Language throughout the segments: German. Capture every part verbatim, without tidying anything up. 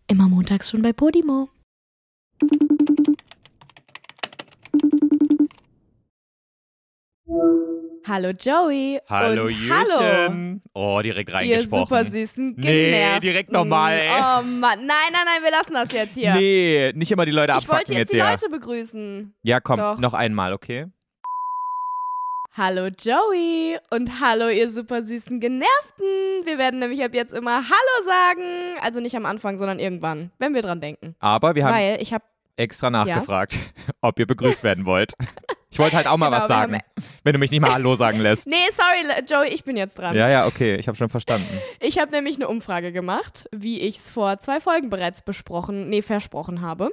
Immer montags schon bei Podimo. Hallo Joey. Hallo und Jürchen. Hallo. Oh, direkt Ihr reingesprochen. super süßen Nee, Genervten. direkt nochmal. Oh Mann, nein, nein, nein, wir lassen das jetzt hier. Nee, nicht immer die Leute ich abfucken wollte jetzt jetzt die hier. Leute begrüßen. Ja, komm, Doch. noch einmal, okay? Hallo Joey und hallo ihr super süßen Genervten. Wir werden nämlich ab jetzt immer Hallo sagen. Also nicht am Anfang, sondern irgendwann, wenn wir dran denken. Aber wir haben Weil ich habe extra nachgefragt, ja? ob ihr begrüßt werden wollt. Ich wollte halt auch mal genau, was sagen, haben... wenn du mich nicht mal Hallo sagen lässt. Nee, sorry Joey, ich bin jetzt dran. Ja, ja, okay, ich habe schon verstanden. Ich habe nämlich eine Umfrage gemacht, wie ich es vor zwei Folgen bereits besprochen, nee, versprochen habe.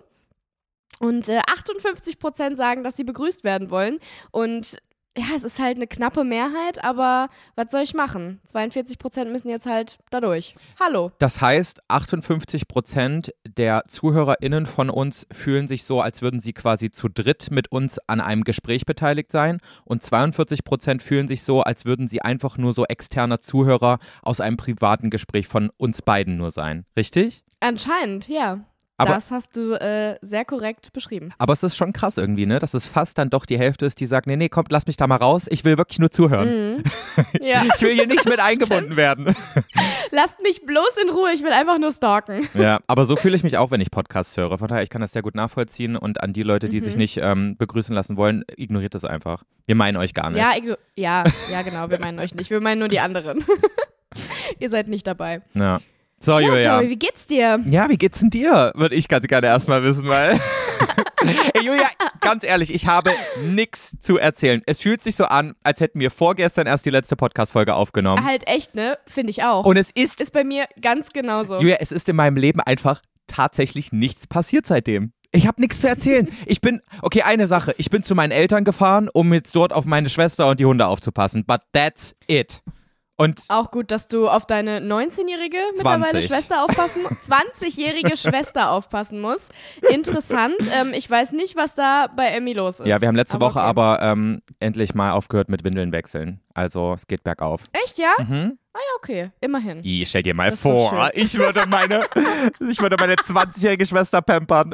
Und äh, achtundfünfzig Prozent sagen, dass sie begrüßt werden wollen. Und ja, es ist halt eine knappe Mehrheit, aber was soll ich machen? zweiundvierzig Prozent müssen jetzt halt dadurch. Hallo. Das heißt, achtundfünfzig Prozent der ZuhörerInnen von uns fühlen sich so, als würden sie quasi zu dritt mit uns an einem Gespräch beteiligt sein, und zweiundvierzig Prozent fühlen sich so, als würden sie einfach nur so externer Zuhörer aus einem privaten Gespräch von uns beiden nur sein. Richtig? Anscheinend, ja. Aber, das hast du äh, sehr korrekt beschrieben. Aber es ist schon krass irgendwie, ne? Dass es fast dann doch die Hälfte ist, die sagt, nee, nee, komm, lass mich da mal raus. Ich will wirklich nur zuhören. Mhm. Ja. Ich will hier nicht mit eingebunden Stimmt. werden. Lasst mich bloß in Ruhe, ich will einfach nur stalken. Ja, aber so fühle ich mich auch, wenn ich Podcasts höre. Von daher, ich kann das sehr gut nachvollziehen, und an die Leute, die mhm. sich nicht ähm, begrüßen lassen wollen, ignoriert das einfach. Wir meinen euch gar nicht. Ja, igno- ja, ja, genau, wir meinen euch nicht. Wir meinen nur die anderen. Ihr seid nicht dabei. Ja. So, ja, Julia. Joey, wie geht's dir? Ja, wie geht's denn dir? Würde ich ganz gerne erstmal wissen, weil. Ey, Julia, ganz ehrlich, ich habe nichts zu erzählen. Es fühlt sich so an, als hätten wir vorgestern erst die letzte Podcast-Folge aufgenommen. Halt echt, ne? Finde ich auch. Und es ist. Ist bei mir ganz genauso. Julia, es ist in meinem Leben einfach tatsächlich nichts passiert seitdem. Ich habe nichts zu erzählen. Ich bin, okay, eine Sache. Ich bin zu meinen Eltern gefahren, um jetzt dort auf meine Schwester und die Hunde aufzupassen. But that's it. Und auch gut, dass du auf deine neunzehnjährige mittlerweile zwanzig Schwester aufpassen musst. zwanzigjährige Schwester aufpassen muss. Interessant. Ähm, ich weiß nicht, was da bei Emmy los ist. Ja, wir haben letzte aber Woche okay. aber ähm, endlich mal aufgehört mit Windeln wechseln. Also es geht bergauf. Echt, ja? Mhm. Ah ja, okay. Immerhin. Ich stell dir mal Das ist doch vor, schön. ich würde meine, ich würde meine zwanzigjährige Schwester pampern.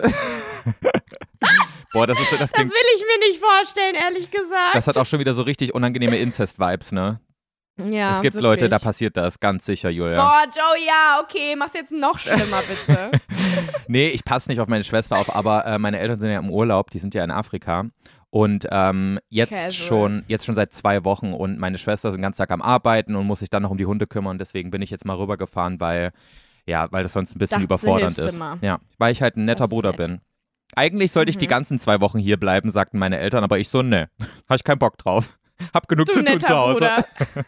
Boah, das ist das Das klingt, will ich mir nicht vorstellen, ehrlich gesagt. das hat auch schon wieder so richtig unangenehme Incest-Vibes, ne? Ja, es gibt wirklich. Leute, da passiert das, ganz sicher, Julia. Boah, Joey, ja, okay, mach's jetzt noch schlimmer, bitte. Nee, ich passe nicht auf meine Schwester auf, aber äh, meine Eltern sind ja im Urlaub, die sind ja in Afrika. Und ähm, jetzt Casual. schon jetzt schon seit zwei Wochen, und meine Schwester ist den ganzen Tag am Arbeiten und muss sich dann noch um die Hunde kümmern. Deswegen bin ich jetzt mal rübergefahren, weil, ja, weil das sonst ein bisschen Dachte, überfordernd hilfst ist. du mal. Ja, weil ich halt ein netter Das ist Bruder nett. bin. Eigentlich sollte ich Mhm. die ganzen zwei Wochen hier bleiben, sagten meine Eltern, aber ich so, ne, habe ich keinen Bock drauf. Hab genug Du zu tun netter zu Hause. Bruder.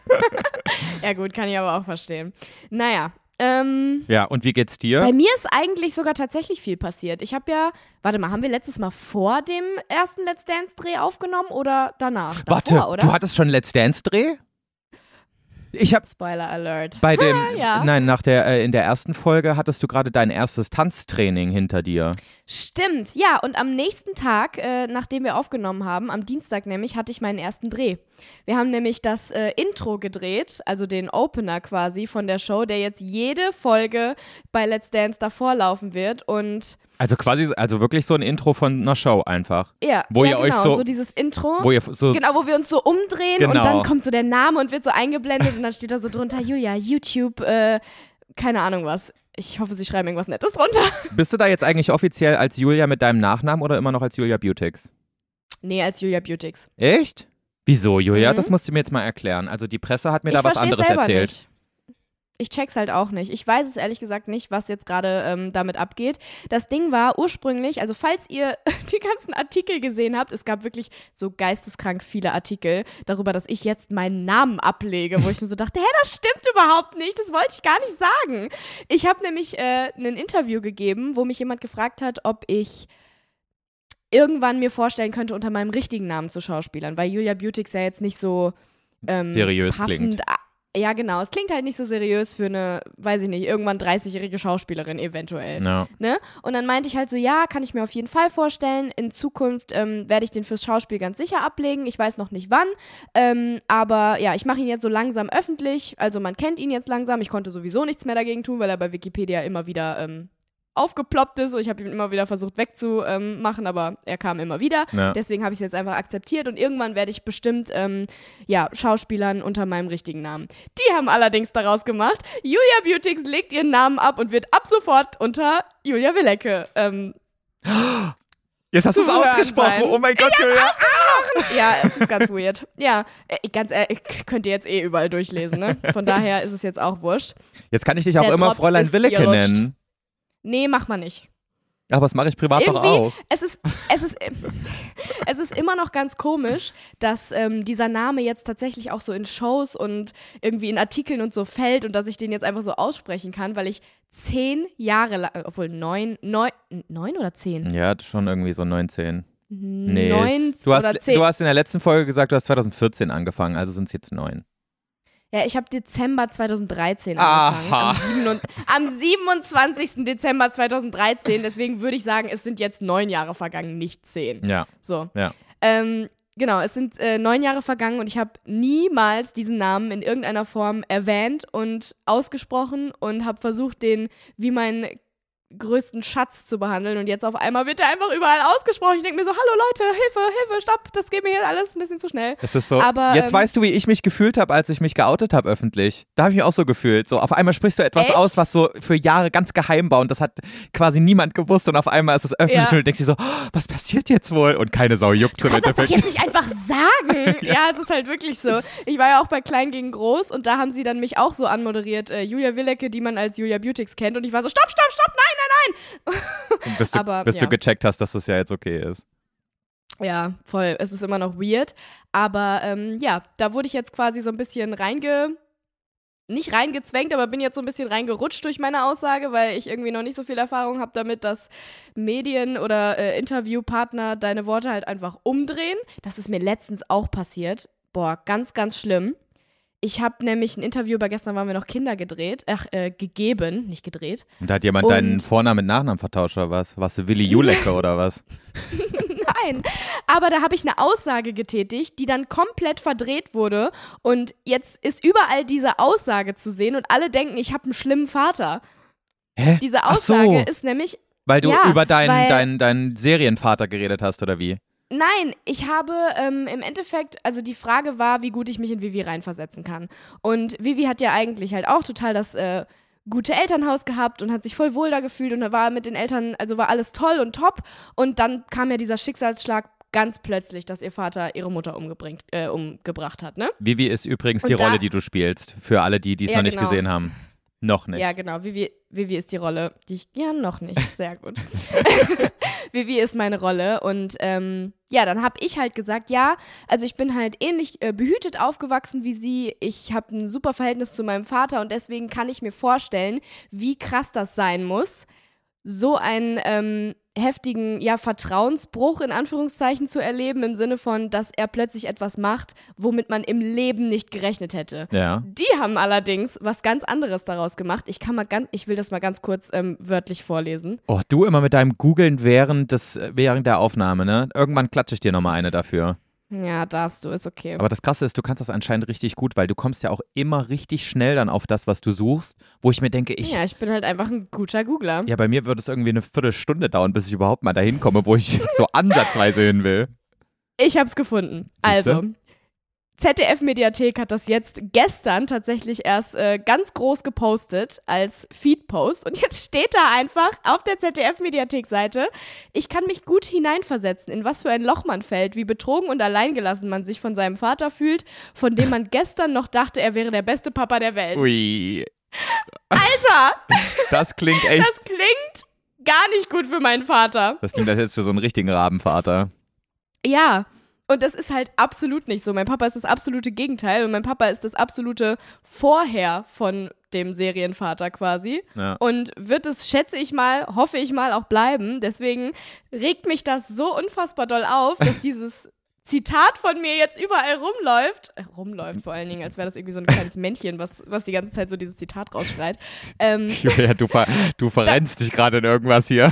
Ja gut, kann ich aber auch verstehen. Naja, ähm, Ja, und wie geht's dir? bei mir ist eigentlich sogar tatsächlich viel passiert. Ich habe ja, warte mal, haben wir letztes Mal vor dem ersten Let's Dance-Dreh aufgenommen oder danach? Davor, Warte, oder? du hattest schon Let's Dance-Dreh? Ich hab Spoiler Alert. bei dem, Ja. nein, nach der, äh, in der ersten Folge hattest du gerade dein erstes Tanztraining hinter dir. Stimmt, ja, und am nächsten Tag, äh, nachdem wir aufgenommen haben, am Dienstag nämlich, hatte ich meinen ersten Dreh. Wir haben nämlich das äh, Intro gedreht, also den Opener quasi von der Show, der jetzt jede Folge bei Let's Dance davor laufen wird, und Also quasi, also wirklich so ein Intro von einer Show einfach. ja, Wo ja ihr euch genau, so- so dieses Intro. Wo ihr so, Genau, wo wir uns so umdrehen Genau. und dann kommt so der Name und wird so eingeblendet und dann steht da so drunter, Julia, YouTube, äh, keine Ahnung was. Ich hoffe, sie schreiben irgendwas Nettes drunter. bist du da jetzt eigentlich offiziell als Julia mit deinem Nachnamen oder immer noch als Julia Beautix? Nee, als Julia Beautix. Echt? Wieso, Julia? Mhm. Das musst du mir jetzt mal erklären. Also die Presse hat mir Ich da was versteh's anderes selber erzählt. nicht. Ich check's halt auch nicht. Ich weiß es ehrlich gesagt nicht, was jetzt gerade ähm, damit abgeht. Das Ding war ursprünglich, also falls ihr die ganzen Artikel gesehen habt, es gab wirklich so geisteskrank viele Artikel darüber, dass ich jetzt meinen Namen ablege, wo ich mir so dachte, hä, das stimmt überhaupt nicht, das wollte ich gar nicht sagen. Ich habe nämlich äh, ein Interview gegeben, wo mich jemand gefragt hat, ob ich irgendwann mir vorstellen könnte, unter meinem richtigen Namen zu schauspielern, weil Julia Beautix ja jetzt nicht so ähm, Seriös passend klingt. Ja, genau. Es klingt halt nicht so seriös für eine, weiß ich nicht, irgendwann dreißigjährige Schauspielerin eventuell. Ja. Ne? Und dann meinte ich halt so, ja, kann ich mir auf jeden Fall vorstellen. In Zukunft ähm, werde ich den fürs Schauspiel ganz sicher ablegen. Ich weiß noch nicht wann. Ähm, aber ja, ich mache ihn jetzt so langsam öffentlich. Also man kennt ihn jetzt langsam. Ich konnte sowieso nichts mehr dagegen tun, weil er bei Wikipedia immer wieder ähm, aufgeploppt ist und ich habe ihn immer wieder versucht wegzumachen, aber er kam immer wieder. Ja. Deswegen habe ich es jetzt einfach akzeptiert und irgendwann werde ich bestimmt ähm, ja, Schauspielern unter meinem richtigen Namen. Die haben allerdings daraus gemacht, Julia Beautix legt ihren Namen ab und wird ab sofort unter Julia Willecke ähm, Jetzt hast du es ausgesprochen. sein. Oh mein Gott, Julia. Ja, es ist ganz weird. Ja, äh, ganz ehrlich, könnt ihr jetzt eh überall durchlesen, ne? Von daher ist es jetzt auch wurscht. Jetzt kann ich dich auch Der immer Drops Fräulein ist Willecke gelutscht. nennen. Nee, mach mal nicht. Aber das mache ich privat doch Irgendwie, auch. es ist, es ist, es ist immer noch ganz komisch, dass ähm, dieser Name jetzt tatsächlich auch so in Shows und irgendwie in Artikeln und so fällt und dass ich den jetzt einfach so aussprechen kann, weil ich zehn Jahre lang, obwohl neun, neun, neun oder zehn? Ja, schon irgendwie so neunzehn. Nee. Neun Du hast, oder zehn. du hast in der letzten Folge gesagt, du hast zwanzig vierzehn angefangen, also sind es jetzt neun. Ja, ich habe Dezember zweitausenddreizehn Aha. angefangen. Am, sieben, am siebenundzwanzigsten Dezember zweitausenddreizehn. Deswegen würde ich sagen, es sind jetzt neun Jahre vergangen, nicht zehn. Ja. So. Ja. Ähm, genau, es sind äh, neun Jahre vergangen und ich habe niemals diesen Namen in irgendeiner Form erwähnt und ausgesprochen und habe versucht, den wie meinen größten Schatz zu behandeln und jetzt auf einmal wird er einfach überall ausgesprochen. Ich denke mir so, hallo Leute, Hilfe, Hilfe, stopp, das geht mir hier alles ein bisschen zu schnell. Das ist so, Aber, jetzt ähm, weißt du, wie ich mich gefühlt habe, als ich mich geoutet habe öffentlich. Da habe ich mich auch so gefühlt. So, auf einmal sprichst du etwas Echt? aus, was so für Jahre ganz geheim war und das hat quasi niemand gewusst und auf einmal ist es öffentlich Ja. und du denkst dir so, oh, was passiert jetzt wohl? Und keine Sau juckt Du im kannst das doch Endeffekt. jetzt nicht einfach sagen. ja. ja, es ist halt wirklich so. Ich war ja auch bei Klein gegen Groß und da haben sie dann mich auch so anmoderiert, äh, Julia Willecke, die man als Julia Beautix kennt und ich war so, stopp, stopp, stopp, nein, nein, nein. Und bis du, Aber, bis ja. du gecheckt hast, dass das ja jetzt okay ist. Ja, voll. Es ist immer noch weird. Aber ähm, ja, da wurde ich jetzt quasi so ein bisschen reinge... Nicht reingezwängt, aber bin jetzt so ein bisschen reingerutscht durch meine Aussage, weil ich irgendwie noch nicht so viel Erfahrung habe damit, dass Medien oder äh, Interviewpartner deine Worte halt einfach umdrehen. Das ist mir letztens auch passiert. Boah, ganz, ganz schlimm. Ich habe nämlich ein Interview, bei gestern waren wir noch Kinder gedreht, ach, äh, gegeben, nicht gedreht. Und da hat jemand Und- deinen Vornamen mit Nachnamen vertauscht oder was? Warst du Willi Julecke oder was? Nein, aber da habe ich eine Aussage getätigt, die dann komplett verdreht wurde und jetzt ist überall diese Aussage zu sehen und alle denken, ich habe einen schlimmen Vater. Hä? Diese Ach so. Aussage ist nämlich, Weil du Ja, über deinen, weil- deinen, deinen Serienvater geredet hast, oder wie? nein, ich habe ähm, im Endeffekt, also die Frage war, wie gut ich mich in Vivi reinversetzen kann. Und Vivi hat ja eigentlich halt auch total das äh, gute Elternhaus gehabt und hat sich voll wohl da gefühlt und war mit den Eltern, also war alles toll und top. Und dann kam ja dieser Schicksalsschlag ganz plötzlich, dass ihr Vater ihre Mutter umgebringt, äh, umgebracht hat, ne? Vivi ist übrigens Und die da- Rolle, die du spielst, für alle, die die es Ja, noch nicht genau. gesehen haben. Noch nicht. Ja, genau. Vivi, Vivi ist die Rolle, die ich, ja, noch nicht. Sehr gut. Vivi ist meine Rolle und ähm, ja, dann habe ich halt gesagt, ja, also ich bin halt ähnlich äh, behütet aufgewachsen wie sie. Ich habe ein super Verhältnis zu meinem Vater und deswegen kann ich mir vorstellen, wie krass das sein muss, so einen ähm, heftigen, ja, Vertrauensbruch in Anführungszeichen zu erleben, im Sinne von, dass er plötzlich etwas macht, womit man im Leben nicht gerechnet hätte. Ja. Die haben allerdings was ganz anderes daraus gemacht. Ich kann mal ganz, ich will das mal ganz kurz ähm, wörtlich vorlesen. Oh, du immer mit deinem Googeln während, des, während der Aufnahme, ne? Irgendwann klatsche ich dir nochmal eine dafür. Ja, darfst du, ist okay. Aber das Krasse ist, du kannst das anscheinend richtig gut, weil du kommst ja auch immer richtig schnell dann auf das, was du suchst, wo ich mir denke, ich, ja, ich bin halt einfach ein guter Googler. ja, bei mir würde es irgendwie eine Viertelstunde dauern, bis ich überhaupt mal dahin komme, wo ich so ansatzweise hin will. Ich hab's gefunden. Siehste? Also, Z D F-Mediathek hat das jetzt gestern tatsächlich erst äh, ganz groß gepostet als Feed-Post. Und jetzt steht da einfach auf der Z D F-Mediathek-Seite, ich kann mich gut hineinversetzen, in was für ein Loch man fällt, wie betrogen und alleingelassen man sich von seinem Vater fühlt, von dem man gestern noch dachte, er wäre der beste Papa der Welt. Ui, Alter, das klingt echt, das klingt gar nicht gut für meinen Vater. das klingt das jetzt für so einen richtigen Rabenvater. Ja, und das ist halt absolut nicht so. Mein Papa ist das absolute Gegenteil und mein Papa ist das absolute Vorher von dem Serienvater quasi. Ja. Und wird es, schätze ich mal, hoffe ich mal, auch bleiben. Deswegen regt mich das so unfassbar doll auf, dass dieses Zitat von mir jetzt überall rumläuft. Äh, rumläuft vor allen Dingen, als wäre das irgendwie so ein kleines Männchen, was, was die ganze Zeit so dieses Zitat rausschreit. Ähm, Julia, du, ver, du verrennst dich gerade in irgendwas hier.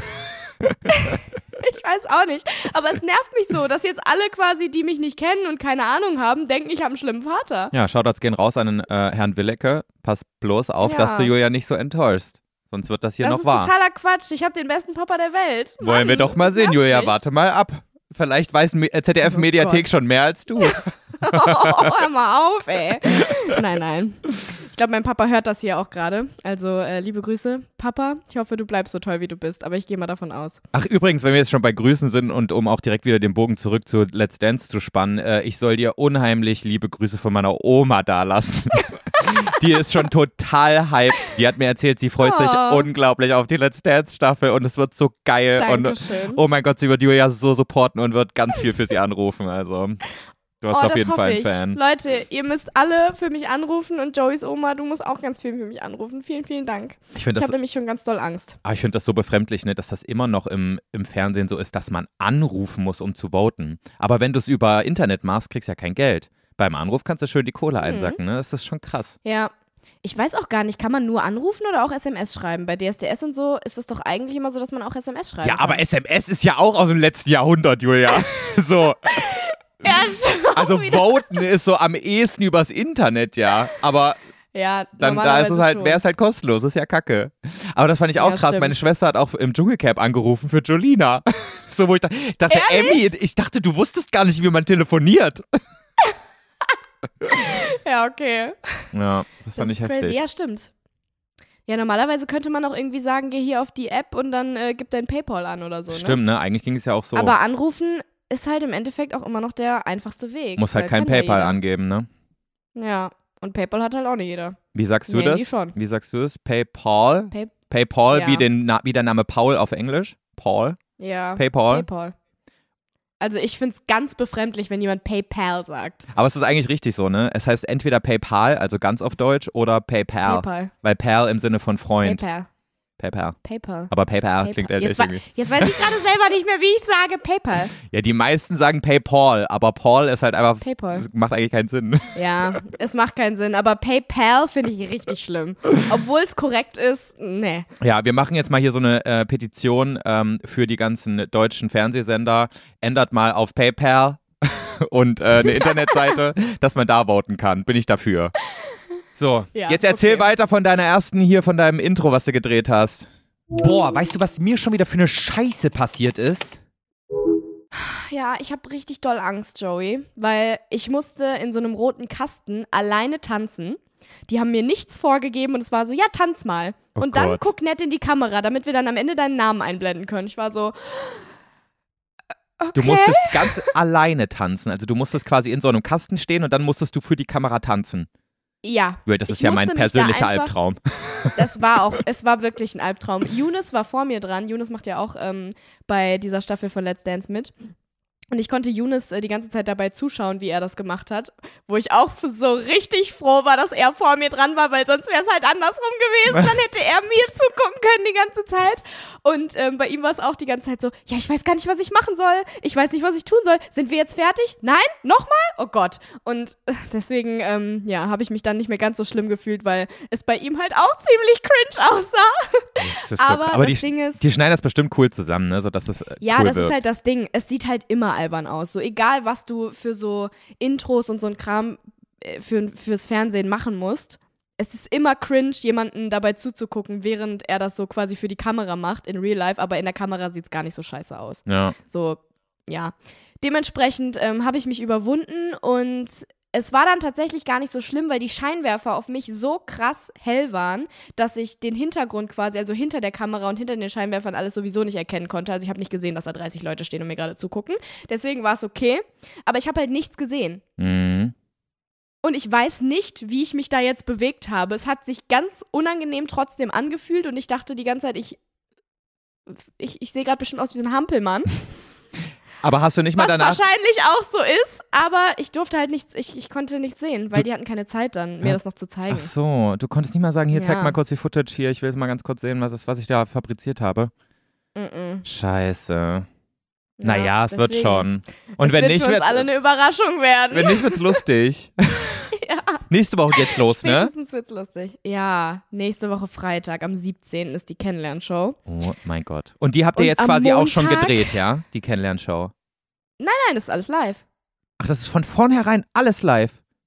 Ich weiß auch nicht. Aber es nervt mich so, dass jetzt alle quasi, die mich nicht kennen und keine Ahnung haben, denken, ich habe einen schlimmen Vater. Ja, Shoutouts gehen raus an den äh, Herrn Willecke. Pass bloß auf, Ja. dass du Julia nicht so enttäuschst. Sonst wird das hier das noch ist wahr. totaler Quatsch. Ich habe den besten Papa der Welt. Mann, Wollen wir doch mal sehen, Julia. Warte mal ab. Vielleicht weiß Me- Z D F-Mediathek oh schon mehr als du. Oh, hör mal auf, ey. Nein, nein. Ich glaube, mein Papa hört das hier auch gerade. Also, äh, liebe Grüße, Papa. Ich hoffe, du bleibst so toll, wie du bist. Aber ich gehe mal davon aus. Ach, übrigens, wenn wir jetzt schon bei Grüßen sind und um auch direkt wieder den Bogen zurück zu Let's Dance zu spannen, äh, ich soll dir unheimlich liebe Grüße von meiner Oma dalassen. Die ist schon total hyped. Die hat mir erzählt, sie freut Oh. sich unglaublich auf die Let's Dance Staffel und es wird so geil. Dankeschön. Und oh mein Gott, sie wird Julia so supporten und wird ganz viel für sie anrufen. Also, du hast oh, auf jeden das Fall hoffe einen ich. Fan. Leute, ihr müsst alle für mich anrufen und Joeys Oma, du musst auch ganz viel für mich anrufen. Vielen, vielen Dank. Ich finde Ich das, habe nämlich schon ganz doll Angst. aber ich find das so befremdlich, ne, dass das immer noch im, im Fernsehen so ist, dass man anrufen muss, um zu voten. Aber wenn du es über Internet machst, kriegst du ja kein Geld. Beim Anruf kannst du schön die Kohle einsacken, ne? Das ist schon krass. Ja. Ich weiß auch gar nicht, kann man nur anrufen oder auch S M S schreiben? Bei D S D S und so ist es doch eigentlich immer so, dass man auch S M S schreiben Ja, kann. aber S M S ist ja auch aus dem letzten Jahrhundert, Julia. So. Ja, stimmt. Also voten ist so am ehesten übers Internet, ja. Aber Ja, dann da ist es halt, schon. wäre es halt kostenlos, ist ja kacke. Aber das fand ich auch Ja, krass. stimmt. Meine Schwester hat auch im Dschungelcamp angerufen für Jolina. So, wo ich, da, ich dachte, Emmy, ich dachte, du wusstest gar nicht, wie man telefoniert. Ja, okay. Ja, das fand Das ich ist crazy. heftig. Ja, stimmt. Ja, normalerweise könnte man auch irgendwie sagen, geh hier auf die App und dann äh, gib dein PayPal an oder so. Stimmt, ne? Eigentlich ging es ja auch so. Ne? Aber anrufen ist halt im Endeffekt auch immer noch der einfachste Weg. Muss halt weil kein kann ja PayPal jeder. angeben, ne? Ja, und PayPal hat halt auch nicht jeder. Wie sagst du Nee, das? die schon. Wie sagst du das? PayPal? Pay PayPal, Ja. wie, den, Na- wie der Name Paul auf Englisch? Paul? ja, PayPal? PayPal. Also ich finde es ganz befremdlich, wenn jemand PayPal sagt. Aber es ist eigentlich richtig so, ne? Es heißt entweder PayPal, also ganz auf Deutsch, oder PayPal. PayPal. Weil Pal im Sinne von Freund. PayPal. PayPal. PayPal. Aber PayPal, PayPal. klingt ehrlich Jetzt, wa- irgendwie. jetzt weiß ich gerade selber nicht mehr, wie ich sage. PayPal. Ja, die meisten sagen PayPal, aber Paul ist halt einfach, PayPal. das macht eigentlich keinen Sinn. Ja, es macht keinen Sinn. Aber PayPal finde ich richtig schlimm. Obwohl es korrekt ist, nee. Ja, wir machen jetzt mal hier so eine äh, Petition ähm, für die ganzen deutschen Fernsehsender. Ändert mal auf PayPal und äh, eine Internetseite, dass man da voten kann. Bin ich dafür. So, Ja, jetzt erzähl okay. weiter von deiner ersten hier, von deinem Intro, was du gedreht hast. Boah, weißt du, was mir schon wieder für eine Scheiße passiert ist? Ja, ich habe richtig doll Angst, Joey, weil ich musste in so einem roten Kasten alleine tanzen. Die haben mir nichts vorgegeben und es war so, ja, tanz mal. Oh und dann Gott. guck nett in die Kamera, damit wir dann am Ende deinen Namen einblenden können. Ich war so, okay. Du musstest ganz alleine tanzen. Also du musstest quasi in so einem Kasten stehen und dann musstest du für die Kamera tanzen. Ja. Das ist Ich ja mein musste mich da persönlicher einfach- Albtraum. Das war auch, es war wirklich ein Albtraum. Younes war vor mir dran. Younes macht ja auch ähm, bei dieser Staffel von Let's Dance mit. Und ich konnte Younes äh, die ganze Zeit dabei zuschauen, wie er das gemacht hat. Wo ich auch so richtig froh war, dass er vor mir dran war, weil sonst wäre es halt andersrum gewesen. Dann hätte er mir zugucken können die ganze Zeit. Und ähm, bei ihm war es auch die ganze Zeit so, ja, ich weiß gar nicht, was ich machen soll. Ich weiß nicht, was ich tun soll. Sind wir jetzt fertig? Nein? Nochmal? Oh Gott. Und äh, deswegen, ähm, ja, habe ich mich dann nicht mehr ganz so schlimm gefühlt, weil es bei ihm halt auch ziemlich cringe aussah. Das ist so, Aber aber das die, Ding ist- die schneiden das bestimmt cool zusammen, ne? So dass das äh, Ja, cool das wirkt. ist halt das Ding. Es sieht halt immer albern aus. So egal, was du für so Intros und so ein Kram äh, für, fürs Fernsehen machen musst. Es ist immer cringe, jemanden dabei zuzugucken, während er das so quasi für die Kamera macht in Real Life, aber in der Kamera sieht es gar nicht so scheiße aus. Ja. So, ja. Dementsprechend ähm, habe ich mich überwunden und es war dann tatsächlich gar nicht so schlimm, weil die Scheinwerfer auf mich so krass hell waren, dass ich den Hintergrund quasi, also hinter der Kamera und hinter den Scheinwerfern alles sowieso nicht erkennen konnte. Also ich habe nicht gesehen, dass da dreißig Leute stehen und mir gerade zugucken. Deswegen war es okay. Aber ich habe halt nichts gesehen. Mhm. Und ich weiß nicht, wie ich mich da jetzt bewegt habe. Es hat sich ganz unangenehm trotzdem angefühlt und ich dachte die ganze Zeit, ich, ich, ich sehe gerade bestimmt aus wie so ein Hampelmann. Aber hast du nicht mal Was danach. wahrscheinlich auch so ist, aber ich durfte halt nichts, ich, ich konnte nichts sehen, weil Du- die hatten keine Zeit dann, mir Ja. das noch zu zeigen. Ach so, du konntest nicht mal sagen, hier, zeig Ja. mal kurz die Footage hier, ich will jetzt mal ganz kurz sehen, was, das, was ich da fabriziert habe. Mm-mm. Scheiße. Ja, naja, es wird deswegen. schon. Und es wenn wird nicht, für uns wird alle eine Überraschung werden. wenn nicht, wird's lustig. Ja. Nächste Woche geht's los, ne? Spätestens wird's lustig. Ja, nächste Woche Freitag, am siebzehnten ist die Kennenlernshow. Oh mein Gott. Und die habt ihr Und jetzt am quasi auch schon Montag- gedreht, ja? Die Kennenlernshow. Nein, nein, das ist alles live. Ach, das ist von vornherein alles live.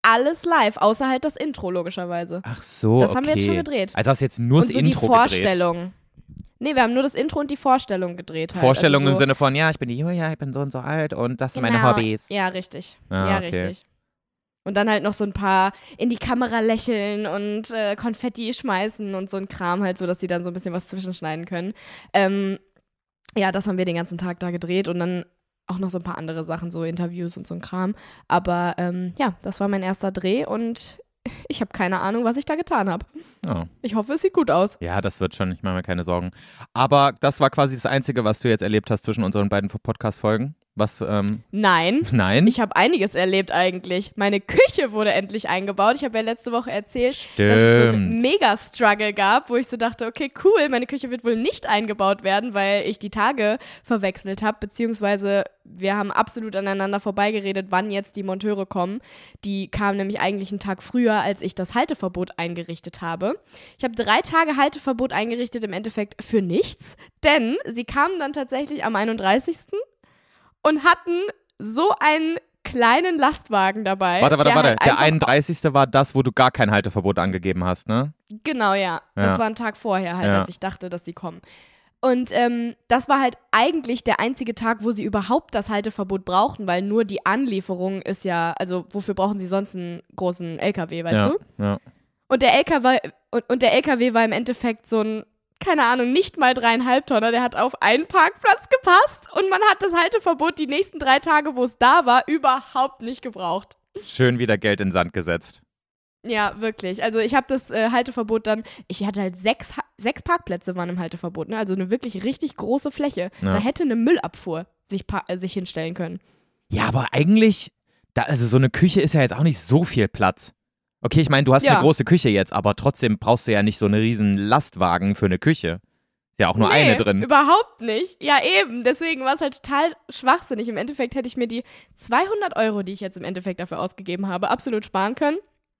alles live, außer halt das Intro, logischerweise. Ach so, Das okay. haben wir jetzt schon gedreht. Also hast du jetzt nur und das so Intro die gedreht? Vorstellung. Nee, wir haben nur das Intro und die Vorstellung gedreht. Halt. Vorstellung also so, im Sinne von, ja, ich bin die Julia, ich bin so und so alt und das sind genau. meine Hobbys. Ja, richtig. Ah, ja, okay. richtig. Und dann halt noch so ein paar in die Kamera lächeln und äh, Konfetti schmeißen und so ein Kram halt, so dass die dann so ein bisschen was zwischenschneiden können. Ähm, ja, das haben wir den ganzen Tag da gedreht und dann auch noch so ein paar andere Sachen, so Interviews und so ein Kram. Aber ähm, ja, das war mein erster Dreh und ich habe keine Ahnung, was ich da getan habe. Oh. Ich hoffe, es sieht gut aus. Ja, das wird schon, ich mache mir keine Sorgen. Aber das war quasi das Einzige, was du jetzt erlebt hast zwischen unseren beiden Podcast-Folgen. Was, ähm, Nein. Nein? Ich habe einiges erlebt eigentlich. Meine Küche wurde endlich eingebaut. Ich habe ja letzte Woche erzählt, Stimmt. dass es so einen Mega-Struggle gab, wo ich so dachte, okay, cool, meine Küche wird wohl nicht eingebaut werden, weil ich die Tage verwechselt habe, beziehungsweise wir haben absolut aneinander vorbeigeredet, wann jetzt die Monteure kommen. Die kamen nämlich eigentlich einen Tag früher, als ich das Halteverbot eingerichtet habe. Ich habe drei Tage Halteverbot eingerichtet, im Endeffekt für nichts, denn sie kamen dann tatsächlich am einunddreißigsten und hatten so einen kleinen Lastwagen dabei. Warte, warte, der warte. halt Der einfach- einunddreißigste war das, wo du gar kein Halteverbot angegeben hast, ne? Genau, ja. Das Ja. war ein Tag vorher halt, Ja. als ich dachte, dass sie kommen. Und ähm, das war halt eigentlich der einzige Tag, wo sie überhaupt das Halteverbot brauchten, weil nur die Anlieferung ist ja, also wofür brauchen sie sonst einen großen L K W, weißt ja, du? ja. Und der L K W, und, und der L K W war im Endeffekt so ein, keine Ahnung, nicht mal dreieinhalb Tonner, der hat auf einen Parkplatz gepasst und man hat das Halteverbot die nächsten drei Tage, wo es da war, überhaupt nicht gebraucht. Schön wieder Geld in den Sand gesetzt. Ja, wirklich. Also ich habe das äh, Halteverbot dann, ich hatte halt sechs, Ha- sechs Parkplätze waren im Halteverbot, ne? Also eine wirklich richtig große Fläche. Ja. Da hätte eine Müllabfuhr sich, pa- äh, sich hinstellen können. Ja, aber eigentlich, da, also so eine Küche ist ja jetzt auch nicht so viel Platz. Okay, ich meine, du hast Ja. eine große Küche jetzt, aber trotzdem brauchst du ja nicht so einen riesen Lastwagen für eine Küche. Ist ja auch nur nee, eine drin. Überhaupt nicht. Ja, eben. Deswegen war es halt total schwachsinnig. Im Endeffekt hätte ich mir die zweihundert Euro, die ich jetzt im Endeffekt dafür ausgegeben habe, absolut sparen können.